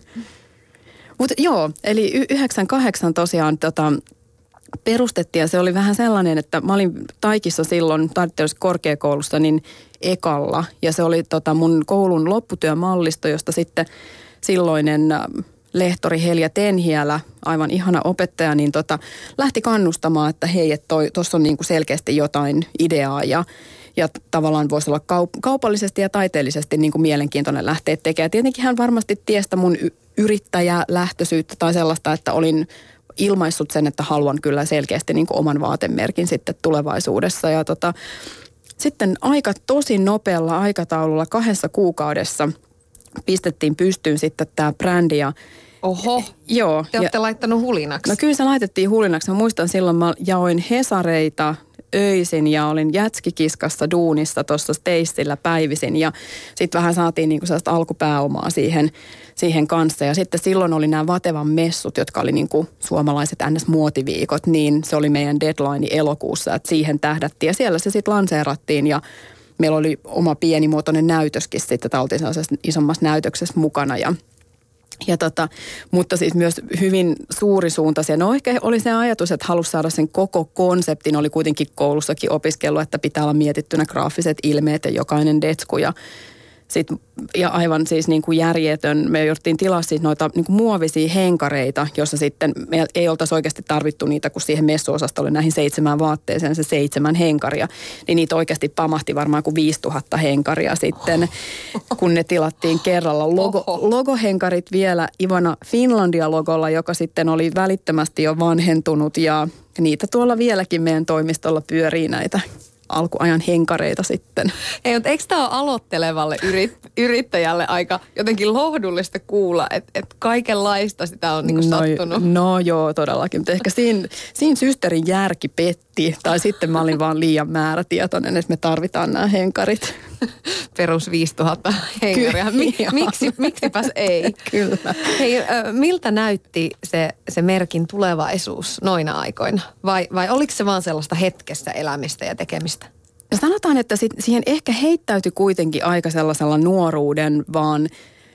Speaker 3: Mutta joo, eli yhdeksänkymmentäkahdeksan tosiaan tota, perustettiin ja se oli vähän sellainen, että mä olin Taikissa silloin taiteellisessa korkeakoulussa niin ekalla. Ja se oli tota mun koulun lopputyömallisto, josta sitten silloinen lehtori Helja Tenhiälä, aivan ihana opettaja, niin tota, lähti kannustamaan, että hei, että tuossa on niinku selkeästi jotain ideaa ja Ja tavallaan voisi olla kaup- kaupallisesti ja taiteellisesti niin kuin mielenkiintoinen lähteä tekemään. Tietenkin hän varmasti tiestä mun y- yrittäjälähtöisyyttä tai sellaista, että olin ilmaissut sen, että haluan kyllä selkeästi niin kuin oman vaatemerkin sitten tulevaisuudessa. Ja tota, sitten aika tosi nopealla aikataululla kahdessa kuukaudessa pistettiin pystyyn sitten tämä brändi ja
Speaker 2: Oho,
Speaker 3: joo,
Speaker 2: te olette
Speaker 3: ja,
Speaker 2: laittanut hulinaksi.
Speaker 3: No kyllä se laitettiin hulinaksi. Mä muistan silloin mä jaoin hesareita öisin ja olin jätskikiskassa duunissa tuossa Stacella päivisin ja sitten vähän saatiin niinku sellaista alkupääomaa siihen, siihen kanssa. Ja sitten silloin oli nämä Vatevan messut, jotka oli niinku suomalaiset N S-muotiviikot, niin se oli meidän deadline elokuussa, että siihen tähdättiin ja siellä se sitten lanseerattiin ja meillä oli oma pienimuotoinen näytöskin sitten, että oltiin sellaisessa isommassa näytöksessä mukana ja Ja tota, mutta siis myös hyvin suurisuuntaisia. No ehkä oli se ajatus, että halusi saada sen koko konseptin. Oli kuitenkin koulussakin opiskellut, että pitää olla mietittynä graafiset ilmeet ja jokainen detsku. Ja, sit, ja aivan siis niin kuin järjetön. Me jouduttiin tilaa siis noita niin kuin muovisia henkareita, jossa sitten me ei oltaisi oikeasti tarvittu niitä, kun siihen messuosastolle näihin seitsemään vaatteeseen se seitsemän henkaria. Niin niitä oikeasti pamahti varmaan kuin viisituhatta henkaria sitten, kun ne tilattiin kerralla. Logo, logohenkarit vielä Ivana Finlandia-logolla, joka sitten oli välittömästi jo vanhentunut ja niitä tuolla vieläkin meidän toimistolla pyörii näitä alkuajan henkareita sitten.
Speaker 2: Ei, mutta eikö tämä ole aloittelevalle yrit, yrittäjälle aika jotenkin lohdullista kuulla, että et kaikenlaista sitä on niinku sattunut?
Speaker 3: No, no joo, todellakin. Mutta ehkä siinä, siinä systerin järki petti, tai sitten mä olin vaan liian määrätietoinen, että me tarvitaan nämä henkarit.
Speaker 2: Perus viisituhatta henkaria. Mi, miksi, miksipäs ei?
Speaker 3: Kyllä.
Speaker 2: Hei, miltä näytti se, se merkin tulevaisuus noina aikoina? Vai, vai oliko se vaan sellaista hetkessä elämistä ja tekemistä?
Speaker 3: No sanotaan, että sit, siihen ehkä heittäytyi kuitenkin aika sellaisella nuoruuden vaan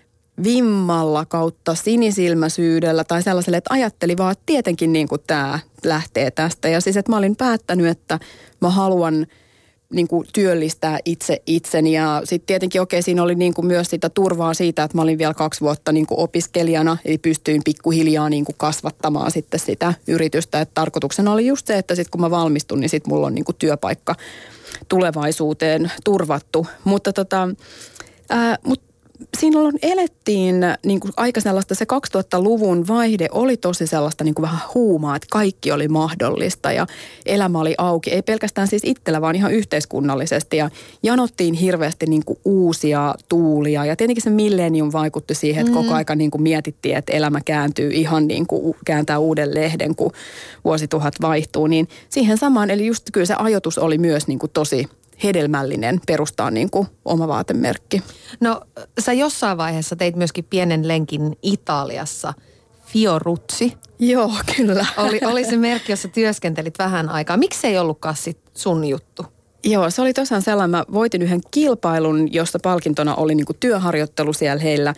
Speaker 3: vimmalla kautta sinisilmäisyydellä tai sellaiselle, että ajatteli vaan, että tietenkin niin kuin tämä lähtee tästä. Ja siis, että mä olin päättänyt, että mä haluan niin kuin työllistää itse itseni ja sitten tietenkin okei, siinä oli niin kuin myös sitä turvaa siitä, että mä olin vielä kaksi vuotta niin kuin opiskelijana, eli pystyin pikkuhiljaa niin kuin kasvattamaan sitten sitä yritystä. Et tarkoituksena oli just se, että sitten kun mä valmistun, niin sitten mulla on niin kuin työpaikka tulevaisuuteen turvattu. Mutta tota, ää, mut siinä elettiin niin kuin aika sellaista, se kaksituhattaluvun vaihde oli tosi sellaista niin kuin vähän huumaa, että kaikki oli mahdollista ja elämä oli auki. Ei pelkästään siis itsellä, vaan ihan yhteiskunnallisesti ja janottiin hirveästi niin kuin uusia tuulia. Ja tietenkin se millennium vaikutti siihen, että koko aika niin kuin mietittiin, että elämä kääntyy ihan niin kuin kääntää uuden lehden, kun vuosituhat vaihtuu. Niin siihen samaan, eli just kyllä se ajoitus oli myös niin kuin tosi hedelmällinen perustaa niin kuin oma vaatemerkki.
Speaker 2: No sä jossain vaiheessa teit myöskin pienen lenkin Italiassa, Fiorucci.
Speaker 3: Joo, kyllä.
Speaker 2: Oli, oli se merkki, jossa työskentelit vähän aikaa. Miksi ei ollutkaan sit sun juttu?
Speaker 3: Joo, se oli tosiaan sellainen. Mä voitin yhden kilpailun, jossa palkintona oli niin kuin työharjoittelu siellä heillä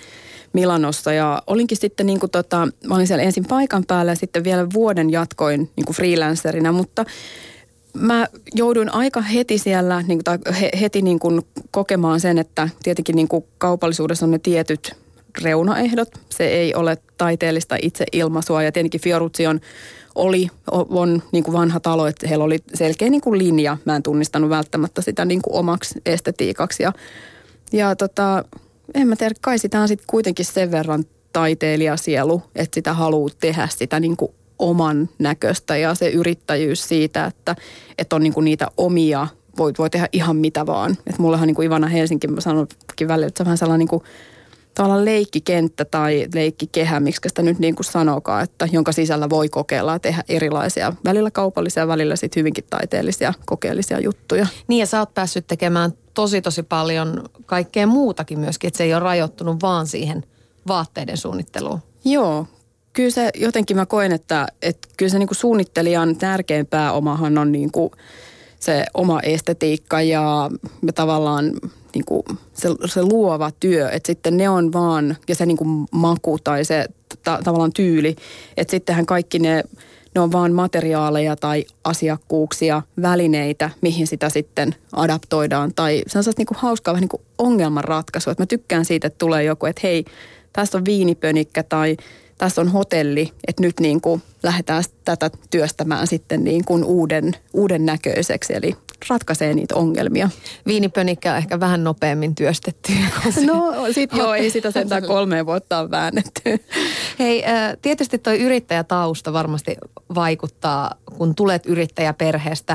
Speaker 3: Milanossa ja olinkin sitten niin kuin tota, mä olin siellä ensin paikan päällä ja sitten vielä vuoden jatkoin niin kuin freelancerina, mutta mä jouduin aika heti siellä niin kuin, tai heti niin kuin kokemaan sen, että tietenkin niin kuin kaupallisuudessa on ne tietyt reunaehdot. Se ei ole taiteellista itseilmaisua ja tietenkin Fiorucci on, oli, on niin kuin vanha talo, että heillä oli selkeä niin kuin linja. Mä en tunnistanut välttämättä sitä niin kuin omaksi estetiikaksi ja, ja tota, en mä tiedä, kai sitä on sitten kuitenkin sen verran taiteilijasielu, että sitä haluaa tehdä sitä niin kuin oman näköistä ja se yrittäjyys siitä, että, että on niin kuin niitä omia, voi, voi tehdä ihan mitä vaan. Että mullehan niin kuin Ivana Helsinki, mä sanoinkin välillä, että se on vähän sellainen niin kuin tavallaan leikkikenttä tai leikkikehä, miksi sitä nyt niin kuin sanookaan, että jonka sisällä voi kokeilla ja tehdä erilaisia, välillä kaupallisia, välillä sitten hyvinkin taiteellisia, kokeellisia juttuja.
Speaker 2: Niin ja sä oot päässyt tekemään tosi tosi paljon kaikkea muutakin myöskin, että se ei ole rajoittunut vaan siihen vaatteiden suunnitteluun.
Speaker 3: Joo, kyllä se jotenkin mä koen, että, että kyllä se niin kuin suunnittelijan tärkein pääomahan on niin kuin se oma estetiikka ja, ja tavallaan niin kuin se, se luova työ, että sitten ne on vaan, ja se niin kuin maku tai se ta, tavallaan tyyli, että sittenhän kaikki ne, ne on vaan materiaaleja tai asiakkuuksia, välineitä, mihin sitä sitten adaptoidaan. Tai se on niin kuin hauskaa vähän niin kuin ongelmanratkaisu, että mä tykkään siitä, että tulee joku, että hei, tässä on viinipönikkä tai tässä on hotelli, että nyt niin kuin lähdetään tätä työstämään sitten niin kuin uuden, uuden näköiseksi, eli ratkaisee niitä ongelmia.
Speaker 2: Viinipönikkä on ehkä vähän nopeammin työstetty.
Speaker 3: No sit joo, ei sitä sentään kolmeen vuotta on väännetty.
Speaker 2: Hei, tietysti toi yrittäjätausta varmasti vaikuttaa, kun tulet yrittäjäperheestä.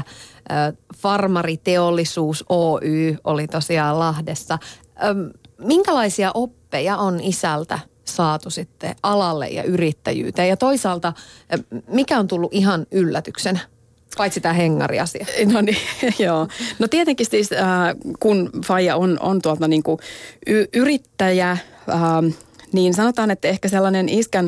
Speaker 2: Farmariteollisuus Oy oli tosiaan Lahdessa. Minkälaisia oppeja on isältä saatu sitten alalle ja yrittäjyyteen? Ja toisaalta, mikä on tullut ihan yllätyksenä? Paitsi tämä hengariasia.
Speaker 3: No niin, joo. No tietenkin siis, äh, kun faija on, on tuolta niin kuin y- yrittäjä, äh, niin sanotaan, että ehkä sellainen iskän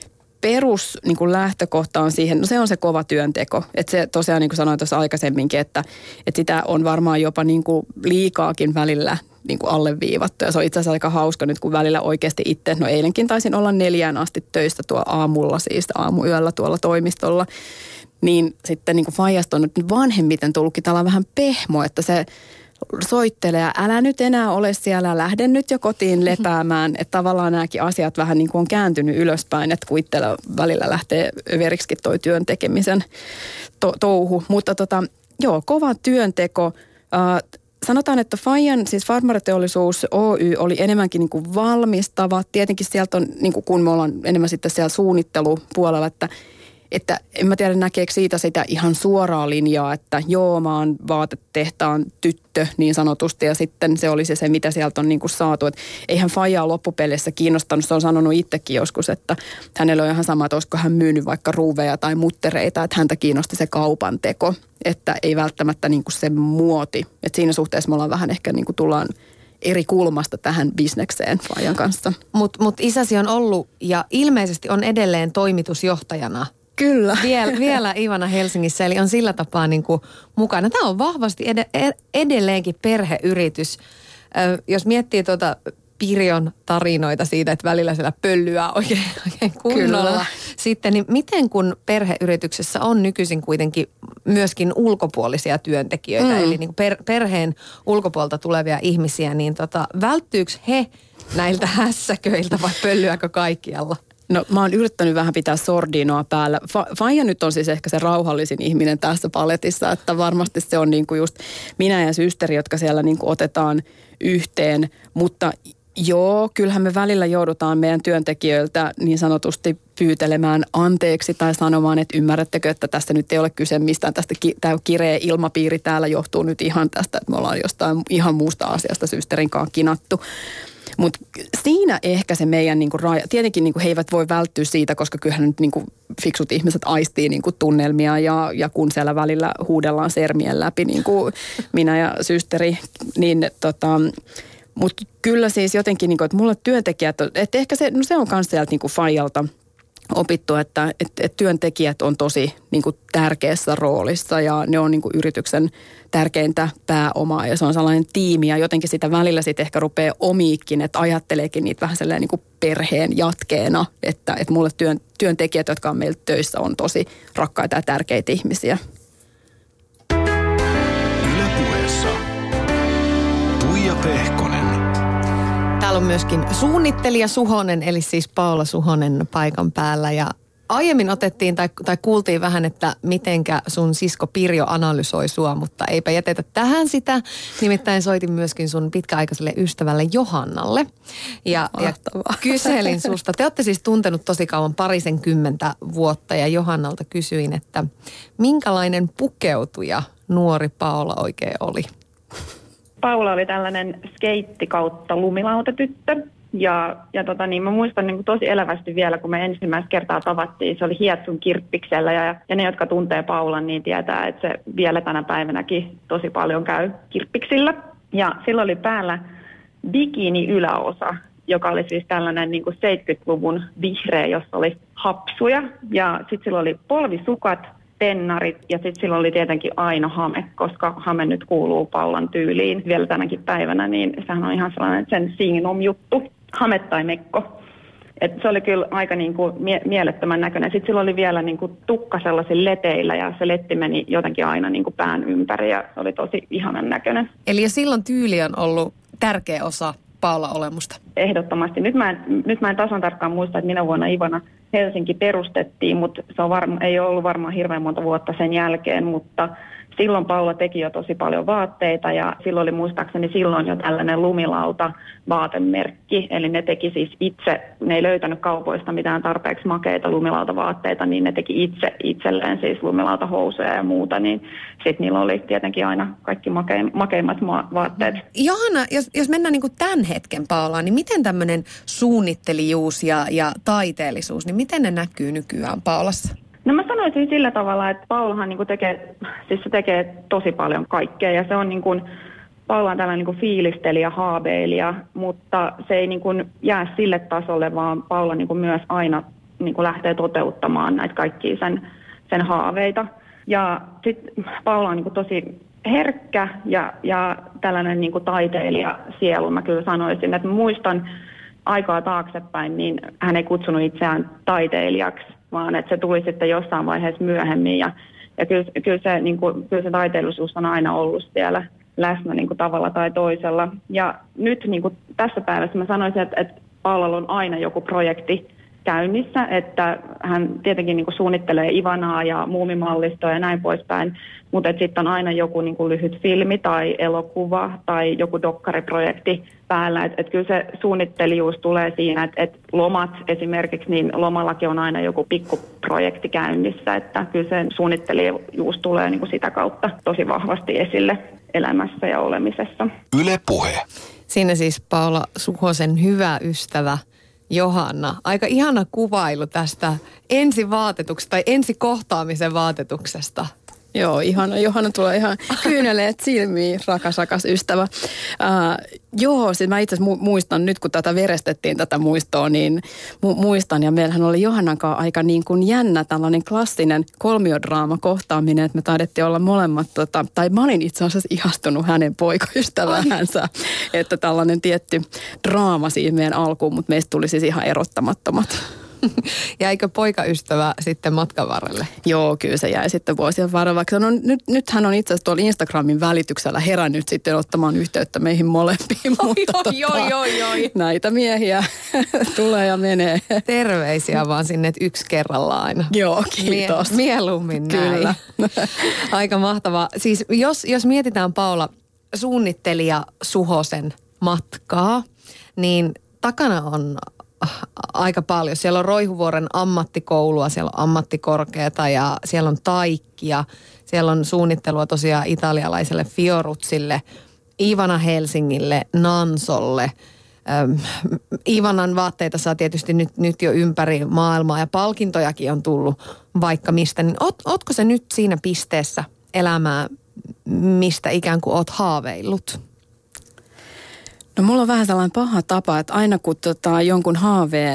Speaker 3: perus niin kuin lähtökohta on siihen, no se on se kova työnteko. Että se tosiaan, niin kuin sanoin tuossa aikaisemminkin, että, että sitä on varmaan jopa niin kuin liikaakin välillä niin kuin alleviivattu. Ja se on itse asiassa aika hauska nyt, kun välillä oikeasti itse, no eilenkin taisin olla neljään asti töistä tuolla aamulla, siis aamuyöllä tuolla toimistolla. Niin sitten niin kuin faijasta on nyt vanhemmiten tullutkin tällainen vähän pehmo, että se soittelee ja älä nyt enää ole siellä, lähde nyt jo kotiin lepäämään. Että tavallaan nämäkin asiat vähän niin kuin on kääntynyt ylöspäin, että kun itsellä välillä lähtee överiksi toi työn tekemisen to- touhu. Mutta tota, joo, kova työnteko. Äh, sanotaan, että faijan, siis Farmariteollisuus Oy oli enemmänkin niin kuin valmistava. Tietenkin sieltä on, niin kuin kun me ollaan enemmän sitten siellä suunnittelupuolella, että Että en mä tiedä, näkeekö siitä sitä ihan suoraa linjaa, että joo, mä oon vaatetehtaan tyttö niin sanotusti ja sitten se oli se, se mitä sieltä on niin kuin saatu. Että eihän faijaa loppupeleissä kiinnostanut, se on sanonut itsekin joskus, että hänellä on ihan sama, että olisiko hän myynyt vaikka ruuveja tai muttereita, että häntä kiinnosti se kaupan teko, että ei välttämättä niin kuin se muoti. Että siinä suhteessa me ollaan vähän ehkä niin kuin tullaan eri kulmasta tähän bisnekseen faijan kanssa.
Speaker 2: Mutta mut isäsi on ollut ja ilmeisesti on edelleen toimitusjohtajana.
Speaker 3: Kyllä.
Speaker 2: Viel, vielä Ivana Helsingissä, eli on sillä tapaa niin kuin mukana. Tämä on vahvasti ed- edelleenkin perheyritys. Ö, jos miettii tuota Pirjon tarinoita siitä, että välillä siellä pöllyää oikein, oikein kunnolla. Kyllä. Sitten, niin miten kun perheyrityksessä on nykyisin kuitenkin myöskin ulkopuolisia työntekijöitä, mm. eli niin kuin per, perheen ulkopuolelta tulevia ihmisiä, niin tota, välttyykö he näiltä hässäköiltä vai pöllyääkö kaikkialla?
Speaker 3: No mä oon yrittänyt vähän pitää sordinoa päällä. Faija nyt on siis ehkä se rauhallisin ihminen tässä paletissa, että varmasti se on niinku just minä ja systeri, jotka siellä niinku otetaan yhteen. Mutta joo, kyllähän me välillä joudutaan meidän työntekijöiltä niin sanotusti pyytelemään anteeksi tai sanomaan, että ymmärrättekö, että tässä nyt ei ole kyse mistään. Tästä tämä kireä ilmapiiri täällä johtuu nyt ihan tästä, että me ollaan jostain ihan muusta asiasta systerin kanssa kinattu. Mutta siinä ehkä se meidän niinku raja, tietenkin niinku he eivät voi välttyä siitä, koska kyllähän nyt niinku fiksut ihmiset aistii niinku tunnelmia ja, ja kun siellä välillä huudellaan sermien läpi, niin kuin minä ja systeri, niin tota, mutta kyllä siis jotenkin, niinku, että mulla työntekijät, että ehkä se, no se on myös sieltä niinku faijalta opittu, että et, et työntekijät on tosi niin kuin tärkeässä roolissa ja ne on niin kuin yrityksen tärkeintä pääomaa ja se on sellainen tiimi ja jotenkin sitä välillä sitten ehkä rupeaa omiikin, että ajatteleekin niitä vähän sellainen niin kuin perheen jatkeena, että, että mulle työn, työntekijät, jotka on meillä töissä, on tosi rakkaita ja tärkeitä ihmisiä.
Speaker 1: Yle Puheessa Tuija Pehkonen.
Speaker 2: Täällä on myöskin suunnittelija Suhonen, eli siis Paula Suhonen paikan päällä. Ja aiemmin otettiin tai, tai kuultiin vähän, että mitenkä sun sisko Pirjo analysoi sua, mutta eipä jätetä tähän sitä. Nimittäin soitin myöskin sun pitkäaikaiselle ystävälle Johannalle. Ja, ja kyselin susta. Te olette siis tuntenut tosi kauan, parisen kymmentä vuotta, ja Johannalta kysyin, että minkälainen pukeutuja nuori Paula oikein oli?
Speaker 4: Paula oli tällainen skeitti kautta lumilautatyttö. Ja, ja tota niin, mä muistan niin kuin tosi elävästi vielä, kun me ensimmäistä kertaa tavattiin. Se oli Hietsun kirppiksellä ja, ja ne, jotka tuntee Paulan, niin tietää, että se vielä tänä päivänäkin tosi paljon käy kirppiksillä. Ja silloin oli päällä bikini yläosa, joka oli siis tällainen niin kuin seitsemänkymmentäluvun vihreä, jossa oli hapsuja. Ja sitten sillä oli polvisukat, tennarit ja sitten silloin oli tietenkin aina hame, koska hame nyt kuuluu Paulan tyyliin vielä tänäkin päivänä, niin sehän on ihan sellainen sen signum juttu, hame tai mekko. Et se oli kyllä aika niinku mie- mielettömän näköinen. Sitten sillä oli vielä niinku tukka sellaisilla leteillä ja se letti meni jotenkin aina niinku pään ympäri ja se oli tosi ihanan näköinen.
Speaker 2: Eli jo silloin tyyli on ollut tärkeä osa Paula-olemusta.
Speaker 4: Ehdottomasti. Nyt mä en, nyt mä en tasan tarkkaan muista, että minä vuonna Ivana Helsinki perustettiin, mutta se on varma, ei ole ollut varmaan hirveän monta vuotta sen jälkeen, mutta silloin Paula teki jo tosi paljon vaatteita ja silloin oli muistaakseni silloin jo tällainen lumilauta vaatemerkki, eli ne teki siis itse, ne ei löytänyt kaupoista mitään tarpeeksi makeita lumilautavaatteita, niin ne teki itse itselleen siis lumilautahousuja ja muuta, niin sitten niillä oli tietenkin aina kaikki makeim, makeimmat ma- vaatteet.
Speaker 2: Johanna, jos, jos mennään niin kuin tämän hetken Paulaan, niin miten tämmöinen suunnittelijuus ja, ja taiteellisuus, niin miten ne näkyy nykyään Paulassa?
Speaker 4: No mä sanoisin sillä tavalla, että Paulahan niin kuin tekee, siis se tekee tosi paljon kaikkea ja se on niin kuin, Paula on tällainen niin kuin fiilistelijä, haaveilija, mutta se ei niin kuin jää sille tasolle, vaan Paula niin kuin myös aina niin kuin lähtee toteuttamaan näitä kaikkia sen, sen haaveita. Ja sitten Paula on niin kuin tosi herkkä ja, ja tällainen niin kuin taiteilija sielu, mä kyllä sanoisin, että mä muistan aikaa taaksepäin, niin hän ei kutsunut itseään taiteilijaksi, vaan että se tuli sitten jossain vaiheessa myöhemmin. Ja, ja kyllä, kyllä, se, niin kuin, kyllä se taiteellisuus on aina ollut siellä läsnä niin kuin tavalla tai toisella. Ja nyt niin kuin tässä päivässä mä sanoisin, että, että Paulalla on aina joku projekti käynnissä, että hän tietenkin niin kuin suunnittelee Ivanaa ja muumimallistoa ja näin poispäin, mutta sitten on aina joku niin kuin lyhyt filmi tai elokuva tai joku dokkariprojekti päällä. Että et kyllä se suunnittelijuus tulee siinä, että et lomat esimerkiksi, niin lomallakin on aina joku pikkuprojekti käynnissä, että kyllä se suunnittelijuus tulee niin kuin sitä kautta tosi vahvasti esille elämässä ja olemisessa.
Speaker 1: Yle Puhe.
Speaker 2: Siinä siis Paula Suhosen hyvä ystävä Johanna. Aika ihana kuvailu tästä ensivaatetuksesta tai ensikohtaamisen vaatetuksesta.
Speaker 3: Joo, ihana. Johanna tulee ihan kyyneleet silmiin, rakas, rakas ystävä. Uh, joo, siis mä itse asiassa muistan nyt, kun tätä verestettiin tätä muistoa, niin mu- muistan. Ja meillähän oli Johannan kanssa aika niin kuin jännä tällainen klassinen kolmiodraama kohtaaminen, että me taidettiin olla molemmat, tota, tai mä olin itse asiassa ihastunut hänen poikaystäväänsä, että tällainen tietty draama siinä meidän alkuun, mutta meistä tuli siis ihan erottamattomat.
Speaker 2: Jäikö poikaystävä sitten matkan varrelle?
Speaker 3: Joo, kyllä se jäi sitten vuosien varrella. No, nyt, nyt hän on itse asiassa tuolla Instagramin välityksellä herännyt sitten ottamaan yhteyttä meihin molempiin.
Speaker 2: Oi,
Speaker 3: mutta
Speaker 2: oi,
Speaker 3: tota,
Speaker 2: oi, oi, oi.
Speaker 3: Näitä miehiä tulee ja menee.
Speaker 2: Terveisiä vaan sinne, että yksi kerrallaan aina.
Speaker 3: Joo, kiitos.
Speaker 2: Mie- mieluummin näin.
Speaker 3: Kyllä.
Speaker 2: Aika mahtavaa. Siis jos, jos mietitään Paula suunnittelija Suhosen matkaa, niin takana on aika paljon. Siellä on Roihuvuoren ammattikoulua, siellä on ammattikorkeata ja siellä on taikkia. Siellä on suunnittelua tosiaan italialaiselle Fioruzzille, Ivana Helsingille, Nansolle. Ähm, Ivanan vaatteita saa tietysti nyt, nyt jo ympäri maailmaa ja palkintojakin on tullut vaikka mistä. Niin oot, ootko se nyt siinä pisteessä elämää, mistä ikään kuin oot haaveillut?
Speaker 3: No mulla on vähän sellainen paha tapa, että aina kun tota, jonkun haaveen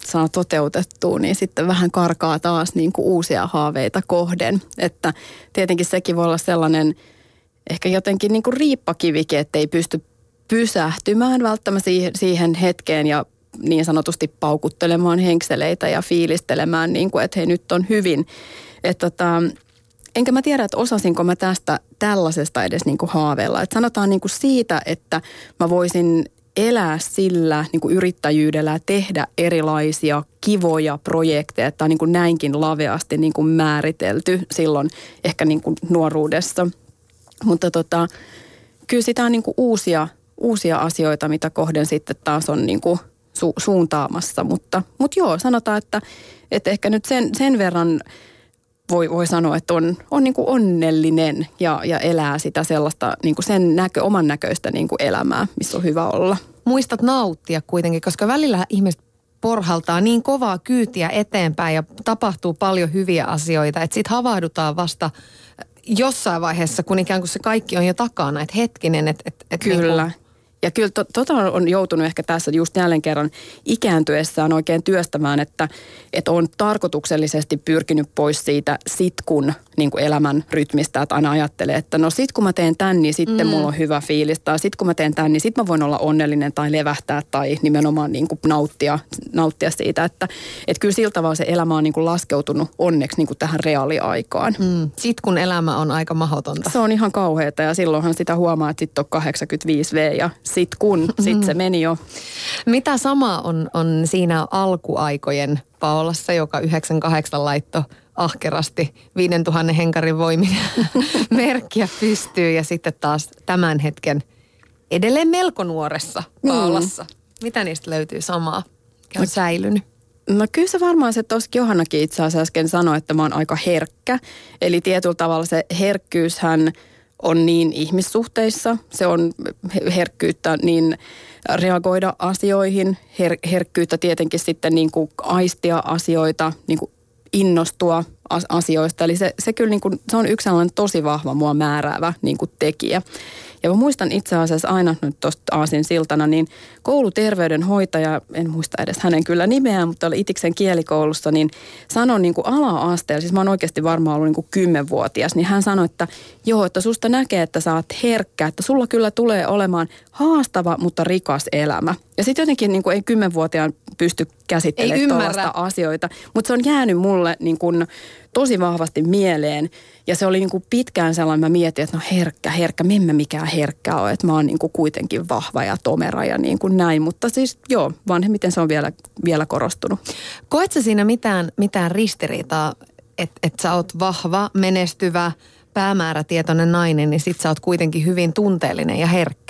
Speaker 3: saa toteutettua, niin sitten vähän karkaa taas niin kuin uusia haaveita kohden. Että tietenkin sekin voi olla sellainen ehkä jotenkin niin kuin riippakivikin, että ei pysty pysähtymään välttämättä siihen, siihen hetkeen ja niin sanotusti paukuttelemaan henkseleitä ja fiilistelemään, niin kuin, että hei, nyt on hyvin. Että tota, enkä mä tiedä, että osasinko mä tästä tällaisesta edes niin kuin haaveilla. Että sanotaan niin kuin siitä, että mä voisin elää sillä niin kuin yrittäjyydellä ja tehdä erilaisia kivoja projekteja. Tämä on niin kuin näinkin laveasti niin kuin määritelty silloin ehkä niin kuin nuoruudessa. Mutta tota, kyllä sitä on niin kuin uusia, uusia asioita, mitä kohden sitten taas on niin kuin su, suuntaamassa. Mutta, mutta joo, sanotaan, että, että ehkä nyt sen, sen verran voi, voi sanoa, että on, on niin kuin onnellinen ja, ja elää sitä sellaista niin kuin sen näkö, oman näköistä niin kuin elämää, missä on hyvä olla.
Speaker 2: Muistat nauttia kuitenkin, koska välillä ihmiset porhaltaa niin kovaa kyytiä eteenpäin ja tapahtuu paljon hyviä asioita, että sitten havahdutaan vasta jossain vaiheessa, kun ikään kuin se kaikki on jo takana, että hetkinen, että... että, että
Speaker 3: Kyllä.
Speaker 2: Niin kuin
Speaker 3: ja kyllä to, tota on joutunut ehkä tässä just jälleen kerran ikääntyessään oikein työstämään, että, että on tarkoituksellisesti pyrkinyt pois siitä sitkun niin kuin elämän rytmistä, että aina ajattelee, että no sit kun mä teen tän, niin sitten mm. mulla on hyvä fiilis, tai sit kun mä teen tän, niin sit mä voin olla onnellinen tai levähtää tai nimenomaan niin kuin nauttia, nauttia siitä, että, että kyllä sillä tavalla se elämä on niin kuin laskeutunut onneksi niin kuin tähän reaaliaikaan.
Speaker 2: Mm. Sit kun elämä on aika mahdotonta.
Speaker 3: Se on ihan kauheata ja silloinhan sitä huomaa, että sit on kahdeksankymmentäviisi vuotta ja sit kun, sit se meni jo.
Speaker 2: Mitä sama on, on siinä alkuaikojen Paolassa, joka yhdeksänkymmentäkahdeksan laitto ahkerasti viisituhatta henkarin voimin merkkiä pystyy ja sitten taas tämän hetken edelleen melko nuoressa Paolassa. Mm. Mitä niistä löytyy samaa, mikä on säilynyt?
Speaker 3: No kyllä se varmaan se tuossa Johannakin itse asiassa äsken sanoi, että mä oon aika herkkä. Eli tietyllä tavalla se herkkyyshän on niin ihmissuhteissa, se on herkkyyttä niin reagoida asioihin, her- herkkyyttä tietenkin sitten niin kuin aistia asioita, niin kuin innostua asioista. Eli se, se kyllä niin kuin, se on yksi sellainen tosi vahva mua määräävä niin kuin tekijä. Ja mä muistan itse asiassa aina nyt tuosta aasinsiltana, niin kouluterveydenhoitaja, en muista edes hänen kyllä nimeään, mutta oli Itiksen kielikoulussa, niin sanoi niin kuin ala-asteella, siis mä oon oikeasti varmaan ollut niin kuin kymmenvuotias, niin hän sanoi, että joo, että susta näkee, että sä oot herkkä, että sulla kyllä tulee olemaan haastava, mutta rikas elämä. Ja sitten jotenkin niin kuin ei kymmenvuotiaan pysty käsittelemään tällaista asioita, mutta se on jäänyt mulle niin kuin tosi vahvasti mieleen. Ja se oli niin kuin pitkään sellainen, mä mietin, että no herkkä, herkkä, mimme mikään herkkä ole, että mä oon niin kuin kuitenkin vahva ja tomera ja niin kuin näin. Mutta siis joo, vanhemmiten se on vielä, vielä korostunut.
Speaker 2: Koet sä siinä mitään, mitään ristiriitaa, että et sä oot vahva, menestyvä, päämäärätietoinen nainen, niin sit sä oot kuitenkin hyvin tunteellinen ja herkkä?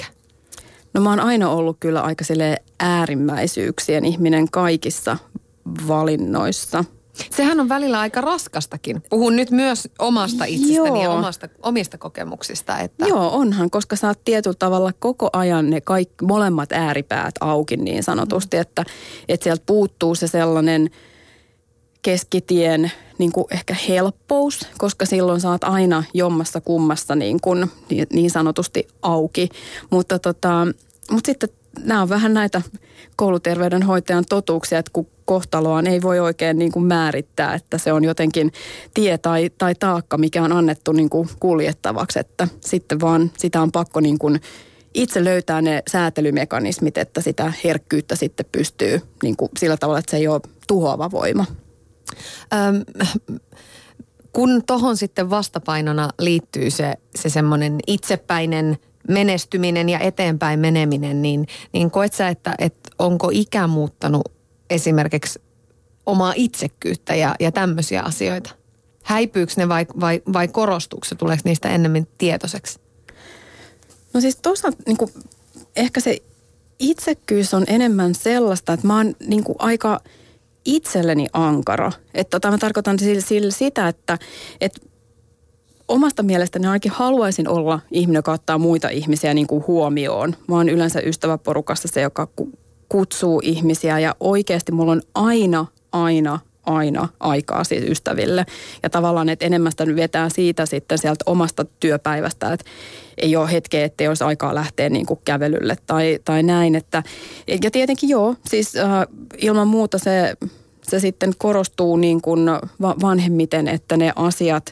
Speaker 3: No mä oon aina ollut kyllä aika silleen äärimmäisyyksien ihminen kaikissa valinnoissa.
Speaker 2: Sehän on välillä aika raskastakin. Puhun nyt myös omasta itsestäni
Speaker 3: Joo.
Speaker 2: ja omasta, omista kokemuksista. Että...
Speaker 3: Joo, onhan, koska sä oot tietyllä tavalla koko ajan ne kaikki, molemmat ääripäät auki niin sanotusti, mm. että, että sieltä puuttuu se sellainen keskitien niin kuin ehkä helppous, koska silloin sä oot aina jommassa kummassa niin, kuin, niin, niin sanotusti auki. Mutta, tota, mutta sitten nämä on vähän näitä kouluterveydenhoitajan totuuksia, että kun kohtaloaan ei voi oikein niin kuin määrittää, että se on jotenkin tie tai, tai taakka, mikä on annettu niin kuin kuljettavaksi, että sitten vaan sitä on pakko niin kuin itse löytää ne säätelymekanismit, että sitä herkkyyttä sitten pystyy niin kuin sillä tavalla, että se ei ole tuhoava voima.
Speaker 2: Öm, kun tohon sitten vastapainona liittyy se, se semmoinen itsepäinen menestyminen ja eteenpäin meneminen, niin, niin koet sä, että, että onko ikä muuttanut esimerkiksi omaa itsekkyyttä ja, ja tämmöisiä asioita? Häipyykö ne vai, vai, vai korostuuko se? Tuleeko niistä ennemmin tietoiseksi?
Speaker 3: No siis toisaalta niin kuin, ehkä se itsekkyys on enemmän sellaista, että mä oon niin kuin aika itselleni ankara. Että tota, mä tarkoitan sillä, sillä sitä, että, että omasta mielestäni ainakin haluaisin olla ihminen, joka ottaa muita ihmisiä niin kuin huomioon. Mä oon yleensä ystäväporukassa se, joka kutsuu ihmisiä ja oikeasti mulla on aina, aina, aina aikaa siis ystäville. Ja tavallaan, että enemmän sitä vetää siitä sitten sieltä omasta työpäivästä, että ei ole hetkeä, ettei olisi aikaa lähteä niin kuin kävelylle tai, tai näin. Että, ja tietenkin joo, siis äh, ilman muuta se, se sitten korostuu niin kuin vanhemmiten, että ne asiat,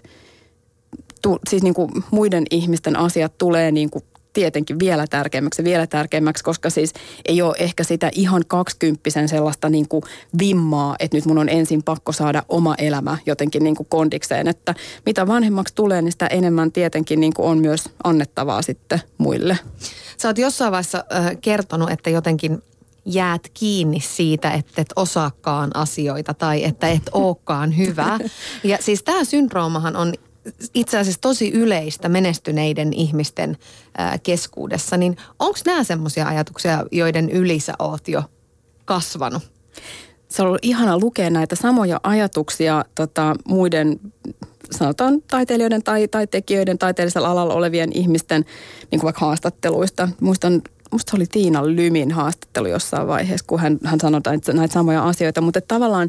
Speaker 3: tu, siis niin kuin muiden ihmisten asiat tulee niin kuin tietenkin vielä tärkeämmäksi vielä tärkeämmäksi, koska siis ei ole ehkä sitä ihan kaksikymppisen sellaista niin kuin vimmaa, että nyt mun on ensin pakko saada oma elämä jotenkin niin kuin kondikseen, että mitä vanhemmaksi tulee, niin sitä enemmän tietenkin niin kuin on myös annettavaa sitten muille.
Speaker 2: Sä oot jossain vaiheessa äh, kertonut, että jotenkin jäät kiinni siitä, että et osaakaan asioita tai että et ookaan hyvä. Ja siis tämä syndroomahan on itse asiassa tosi yleistä menestyneiden ihmisten ää, keskuudessa, niin onko nämä semmoisia ajatuksia, joiden yli sä oot jo kasvanut?
Speaker 3: Se on ollut ihana lukea näitä samoja ajatuksia tota, muiden, sanotaan taiteilijoiden tai, tai tekijöiden, taiteellisella alalla olevien ihmisten niin kuin vaikka haastatteluista. Muistan, musta se oli Tiina Lymin haastattelu jossain vaiheessa, kun hän, hän sanoi näitä samoja asioita, mutta tavallaan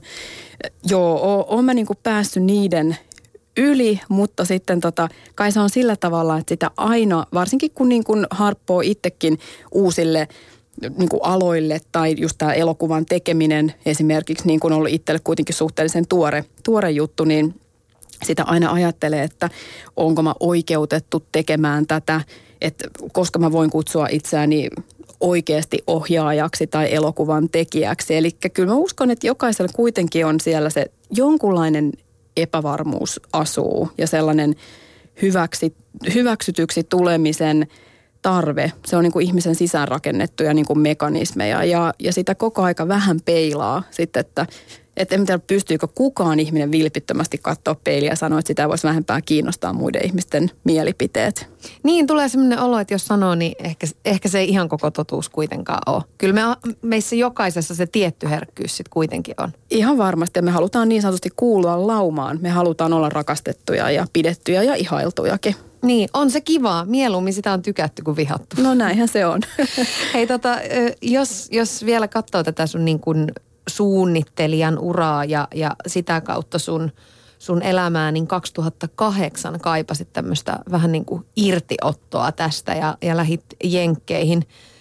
Speaker 3: joo, oon mä niin kuin päässyt niiden yli, mutta sitten tota, kai se on sillä tavalla, että sitä aina, varsinkin kun niin kuin harppoo itsekin uusille niin kuin aloille tai just tämä elokuvan tekeminen esimerkiksi niin kuin on ollut itselle kuitenkin suhteellisen tuore, tuore juttu, niin sitä aina ajattelee, että onko mä oikeutettu tekemään tätä, että koska mä voin kutsua itseäni oikeasti ohjaajaksi tai elokuvan tekijäksi. Eli kyllä mä uskon, että jokaisella kuitenkin on siellä se jonkunlainen epävarmuus asuu ja sellainen hyväksi, hyväksytyksi tulemisen tarve. Se on niin kuin ihmisen sisäänrakennettuja niin kuin mekanismeja ja, ja sitä koko aika vähän peilaa sitten, että että en tiedä, pystyykö kukaan ihminen vilpittömästi katsoa peiliä ja sanoa, että sitä voisi vähempää kiinnostaa muiden ihmisten mielipiteet.
Speaker 2: Niin, tulee sellainen olo, että jos sanoo, niin ehkä, ehkä se ei ihan koko totuus kuitenkaan ole. Kyllä me, meissä jokaisessa se tietty herkkyys sitten kuitenkin on.
Speaker 3: Ihan varmasti. Ja me halutaan niin sanotusti kuulua laumaan. Me halutaan olla rakastettuja ja pidettyjä ja ihailtujakin.
Speaker 2: Niin, on se kivaa. Mieluummin sitä on tykätty kuin vihattu.
Speaker 3: No näinhän se on.
Speaker 2: Hei tota, jos, jos vielä katsoo tätä sun niin kuin suunnittelijan uraa ja, ja sitä kautta sun, sun elämää, niin kaksituhattakahdeksan kaipasit tämmöistä vähän niin kuin irtiottoa tästä ja, ja lähit Jenkkeihin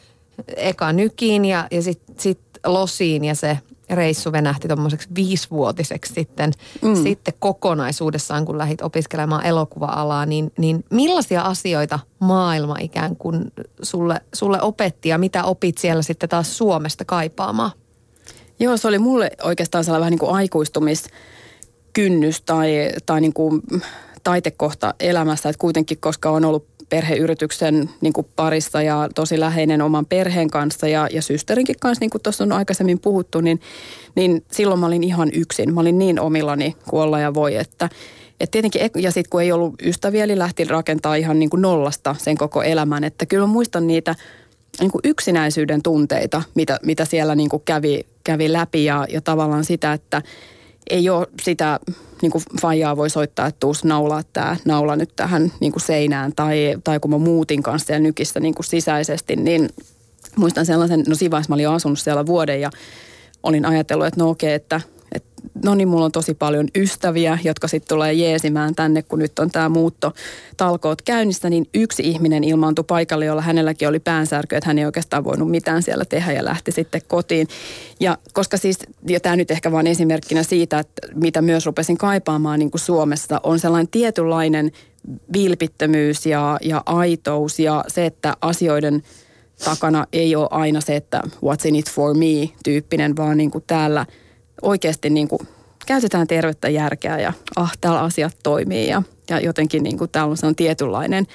Speaker 2: eka Nykiin ja, ja sitten sit Losiin ja se reissu venähti tommoiseksi viisivuotiseksi sitten, mm. sitten kokonaisuudessaan, kun lähdit opiskelemaan elokuva-alaa, niin, niin millaisia asioita maailma ikään kuin sulle, sulle opetti ja mitä opit siellä sitten taas Suomesta kaipaamaan?
Speaker 3: Joo, se oli mulle oikeastaan sellainen vähän niin kuin aikuistumiskynnys tai, tai niin kuin taitekohta elämässä, että kuitenkin koska on ollut perheyrityksen niin kuin parissa ja tosi läheinen oman perheen kanssa ja, ja systerinkin kanssa, niin kuin tuossa on aikaisemmin puhuttu, niin, niin silloin mä olin ihan yksin. Mä olin niin omillani kuin olla ja voi, että et tietenkin, ja sitten kun ei ollut ystäviä, eli lähti rakentaa ihan niin kuin nollasta sen koko elämän, että kyllä mä muistan niitä niin kuin yksinäisyyden tunteita, mitä, mitä siellä niin kuin kävi, kävi läpi ja, ja tavallaan sitä, että ei ole sitä niin kuin faijaa voi soittaa, että tuus naulaa tämä naula nyt tähän niin kuin seinään tai, tai kun mä muutin kanssa siellä Nykissä niin kuin sisäisesti, niin muistan sellaisen, no siinä vaiheessa mä olin asunut siellä vuoden ja olin ajatellut, että no okei, että Et, no niin, mulla on tosi paljon ystäviä, jotka sitten tulee jeesimään tänne, kun nyt on tämä muuttotalkoot käynnissä, niin yksi ihminen ilmaantui paikalle, jolla hänelläkin oli päänsärky, että hän ei oikeastaan voinut mitään siellä tehdä ja lähti sitten kotiin. Ja koska siis, ja tämä nyt ehkä vain esimerkkinä siitä, että mitä myös rupesin kaipaamaan niin kuin Suomessa, on sellainen tietynlainen vilpittömyys ja, ja aitous ja se, että asioiden takana ei ole aina se, että what's in it for me -tyyppinen, vaan niin kuin täällä oikeasti niin kuin käytetään tervettä järkeä ja ah, täällä asiat toimii ja, ja jotenkin niin kuin täällä on sellainen tietynlainen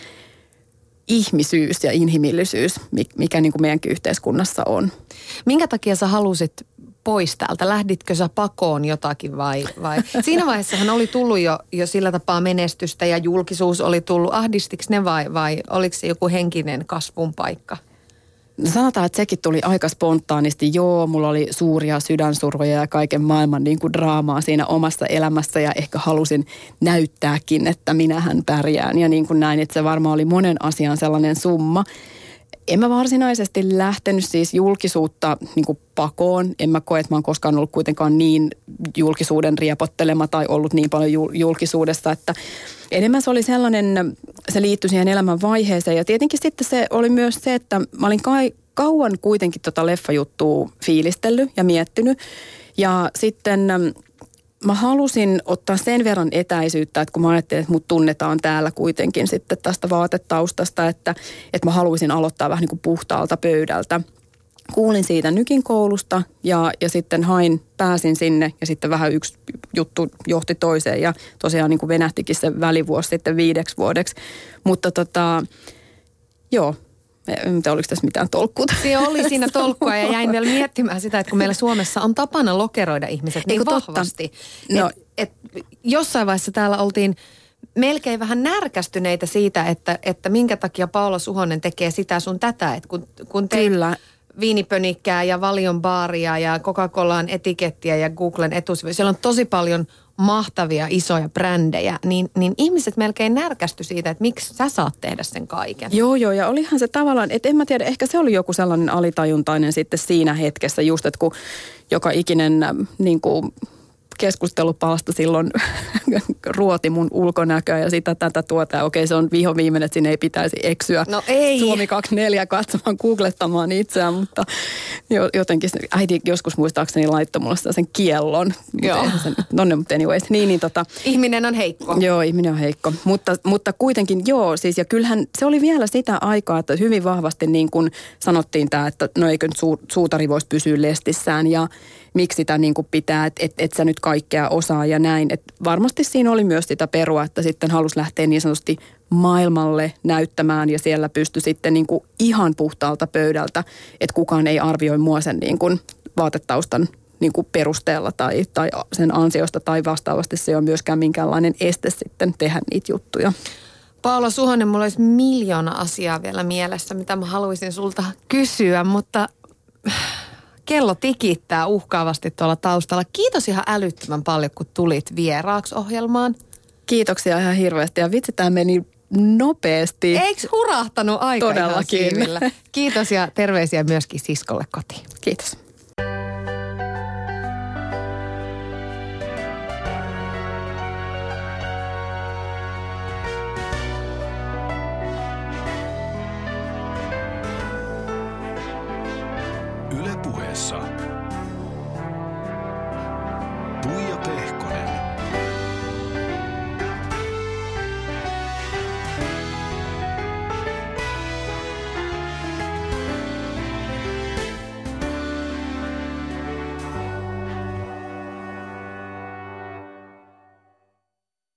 Speaker 3: ihmisyys ja inhimillisyys, mikä niin kuin meidänkin yhteiskunnassa on.
Speaker 2: Minkä takia sä halusit pois täältä? Lähditkö sä pakoon jotakin vai? vai? Siinä vaiheessahan oli tullut jo, jo sillä tapaa menestystä ja julkisuus oli tullut. Ahdistiko ne vai, vai oliko se joku henkinen kasvun paikka?
Speaker 3: Sanotaan, että sekin tuli aika spontaanisti. Joo, mulla oli suuria sydänsurvoja ja kaiken maailman niin kuin draamaa siinä omassa elämässä ja ehkä halusin näyttääkin, että minähän pärjään ja niin kuin näin, että se varmaan oli monen asian sellainen summa. En mä varsinaisesti lähtenyt siis julkisuutta niin kuin pakoon. En mä koe, että mä oon koskaan ollut kuitenkaan niin julkisuuden riepottelema tai ollut niin paljon julkisuudessa, että enemmän se oli sellainen, se liittyi siihen elämän vaiheeseen. Ja tietenkin sitten se oli myös se, että mä olin kai, kauan kuitenkin tota leffajuttua fiilistellyt ja miettinyt. Ja sitten mä halusin ottaa sen verran etäisyyttä, että kun mä ajattelin, että mut tunnetaan täällä kuitenkin sitten tästä vaatetaustasta, että, että mä haluaisin aloittaa vähän niin kuin puhtaalta pöydältä. Kuulin siitä Nykin koulusta ja, ja sitten hain, pääsin sinne ja sitten vähän yksi juttu johti toiseen ja tosiaan niin kuin venähtikin se välivuosi sitten viideksi vuodeksi. Mutta tota, joo. En tiedä, oliko tässä mitään tolkkua.
Speaker 2: Se oli siinä tolkkua ja jäin vielä miettimään sitä, että kun meillä Suomessa on tapana lokeroida ihmiset niin vahvasti. No. Et, et jossain vaiheessa täällä oltiin melkein vähän närkästyneitä siitä, että, että minkä takia Paula Suhonen tekee sitä sun tätä. Että kun, kun teit
Speaker 3: Kyllä.
Speaker 2: viinipönikkää ja Valion baaria ja Coca-Colaan etikettiä ja Googlen etusivuja, siellä on tosi paljon mahtavia isoja brändejä, niin, niin ihmiset melkein närkästy siitä, että miksi sä saat tehdä sen kaiken.
Speaker 3: Joo, joo, ja olihan se tavallaan, että en mä tiedä, ehkä se oli joku sellainen alitajuntainen sitten siinä hetkessä just, että kun joka ikinen niin kuin keskustelupalsta silloin ruoti mun ulkonäköä ja sitä tätä tuota. Ja okei, se on viho viimeinen, että sinne ei pitäisi eksyä.
Speaker 2: No ei.
Speaker 3: Suomi kaksikymmentäneljä katsomaan, googlettamaan itseään, mutta jotenkin äiti joskus muistaakseni laittoi mulle sen kiellon.
Speaker 2: Joo.
Speaker 3: Sen, no ne, mutta anyways. Niin, niin, tota,
Speaker 2: ihminen on heikko.
Speaker 3: Joo, ihminen on heikko. Mutta, mutta kuitenkin joo, siis ja kyllähän se oli vielä sitä aikaa, että hyvin vahvasti niin kuin sanottiin tämä, että no eikö nyt su, suutari voisi pysyä lestissään ja miksi sitä niin kuin pitää, että et, et sä nyt kaikkea osaa ja näin. Et varmasti siinä oli myös sitä perua, että sitten halusi lähteä niin sanotusti maailmalle näyttämään ja siellä pystyi sitten niin kuin ihan puhtaalta pöydältä, että kukaan ei arvioi mua sen niin kuin vaatetaustan niin kuin perusteella tai, tai sen ansiosta tai vastaavasti se ei ole myöskään minkäänlainen este sitten tehdä niitä juttuja.
Speaker 2: Paula Suhonen, mulla olisi miljoona asiaa vielä mielessä, mitä mä haluaisin sulta kysyä, mutta kello tikittää uhkaavasti tuolla taustalla. Kiitos ihan älyttömän paljon, kun tulit vieraaksi ohjelmaan.
Speaker 3: Kiitoksia ihan hirveästi ja vitsi, tämä meni nopeasti.
Speaker 2: Eikö hurahtanut aika
Speaker 3: Todellakin.
Speaker 2: ihan siivillä? Kiitos ja terveisiä myöskin siskolle kotiin.
Speaker 3: Kiitos.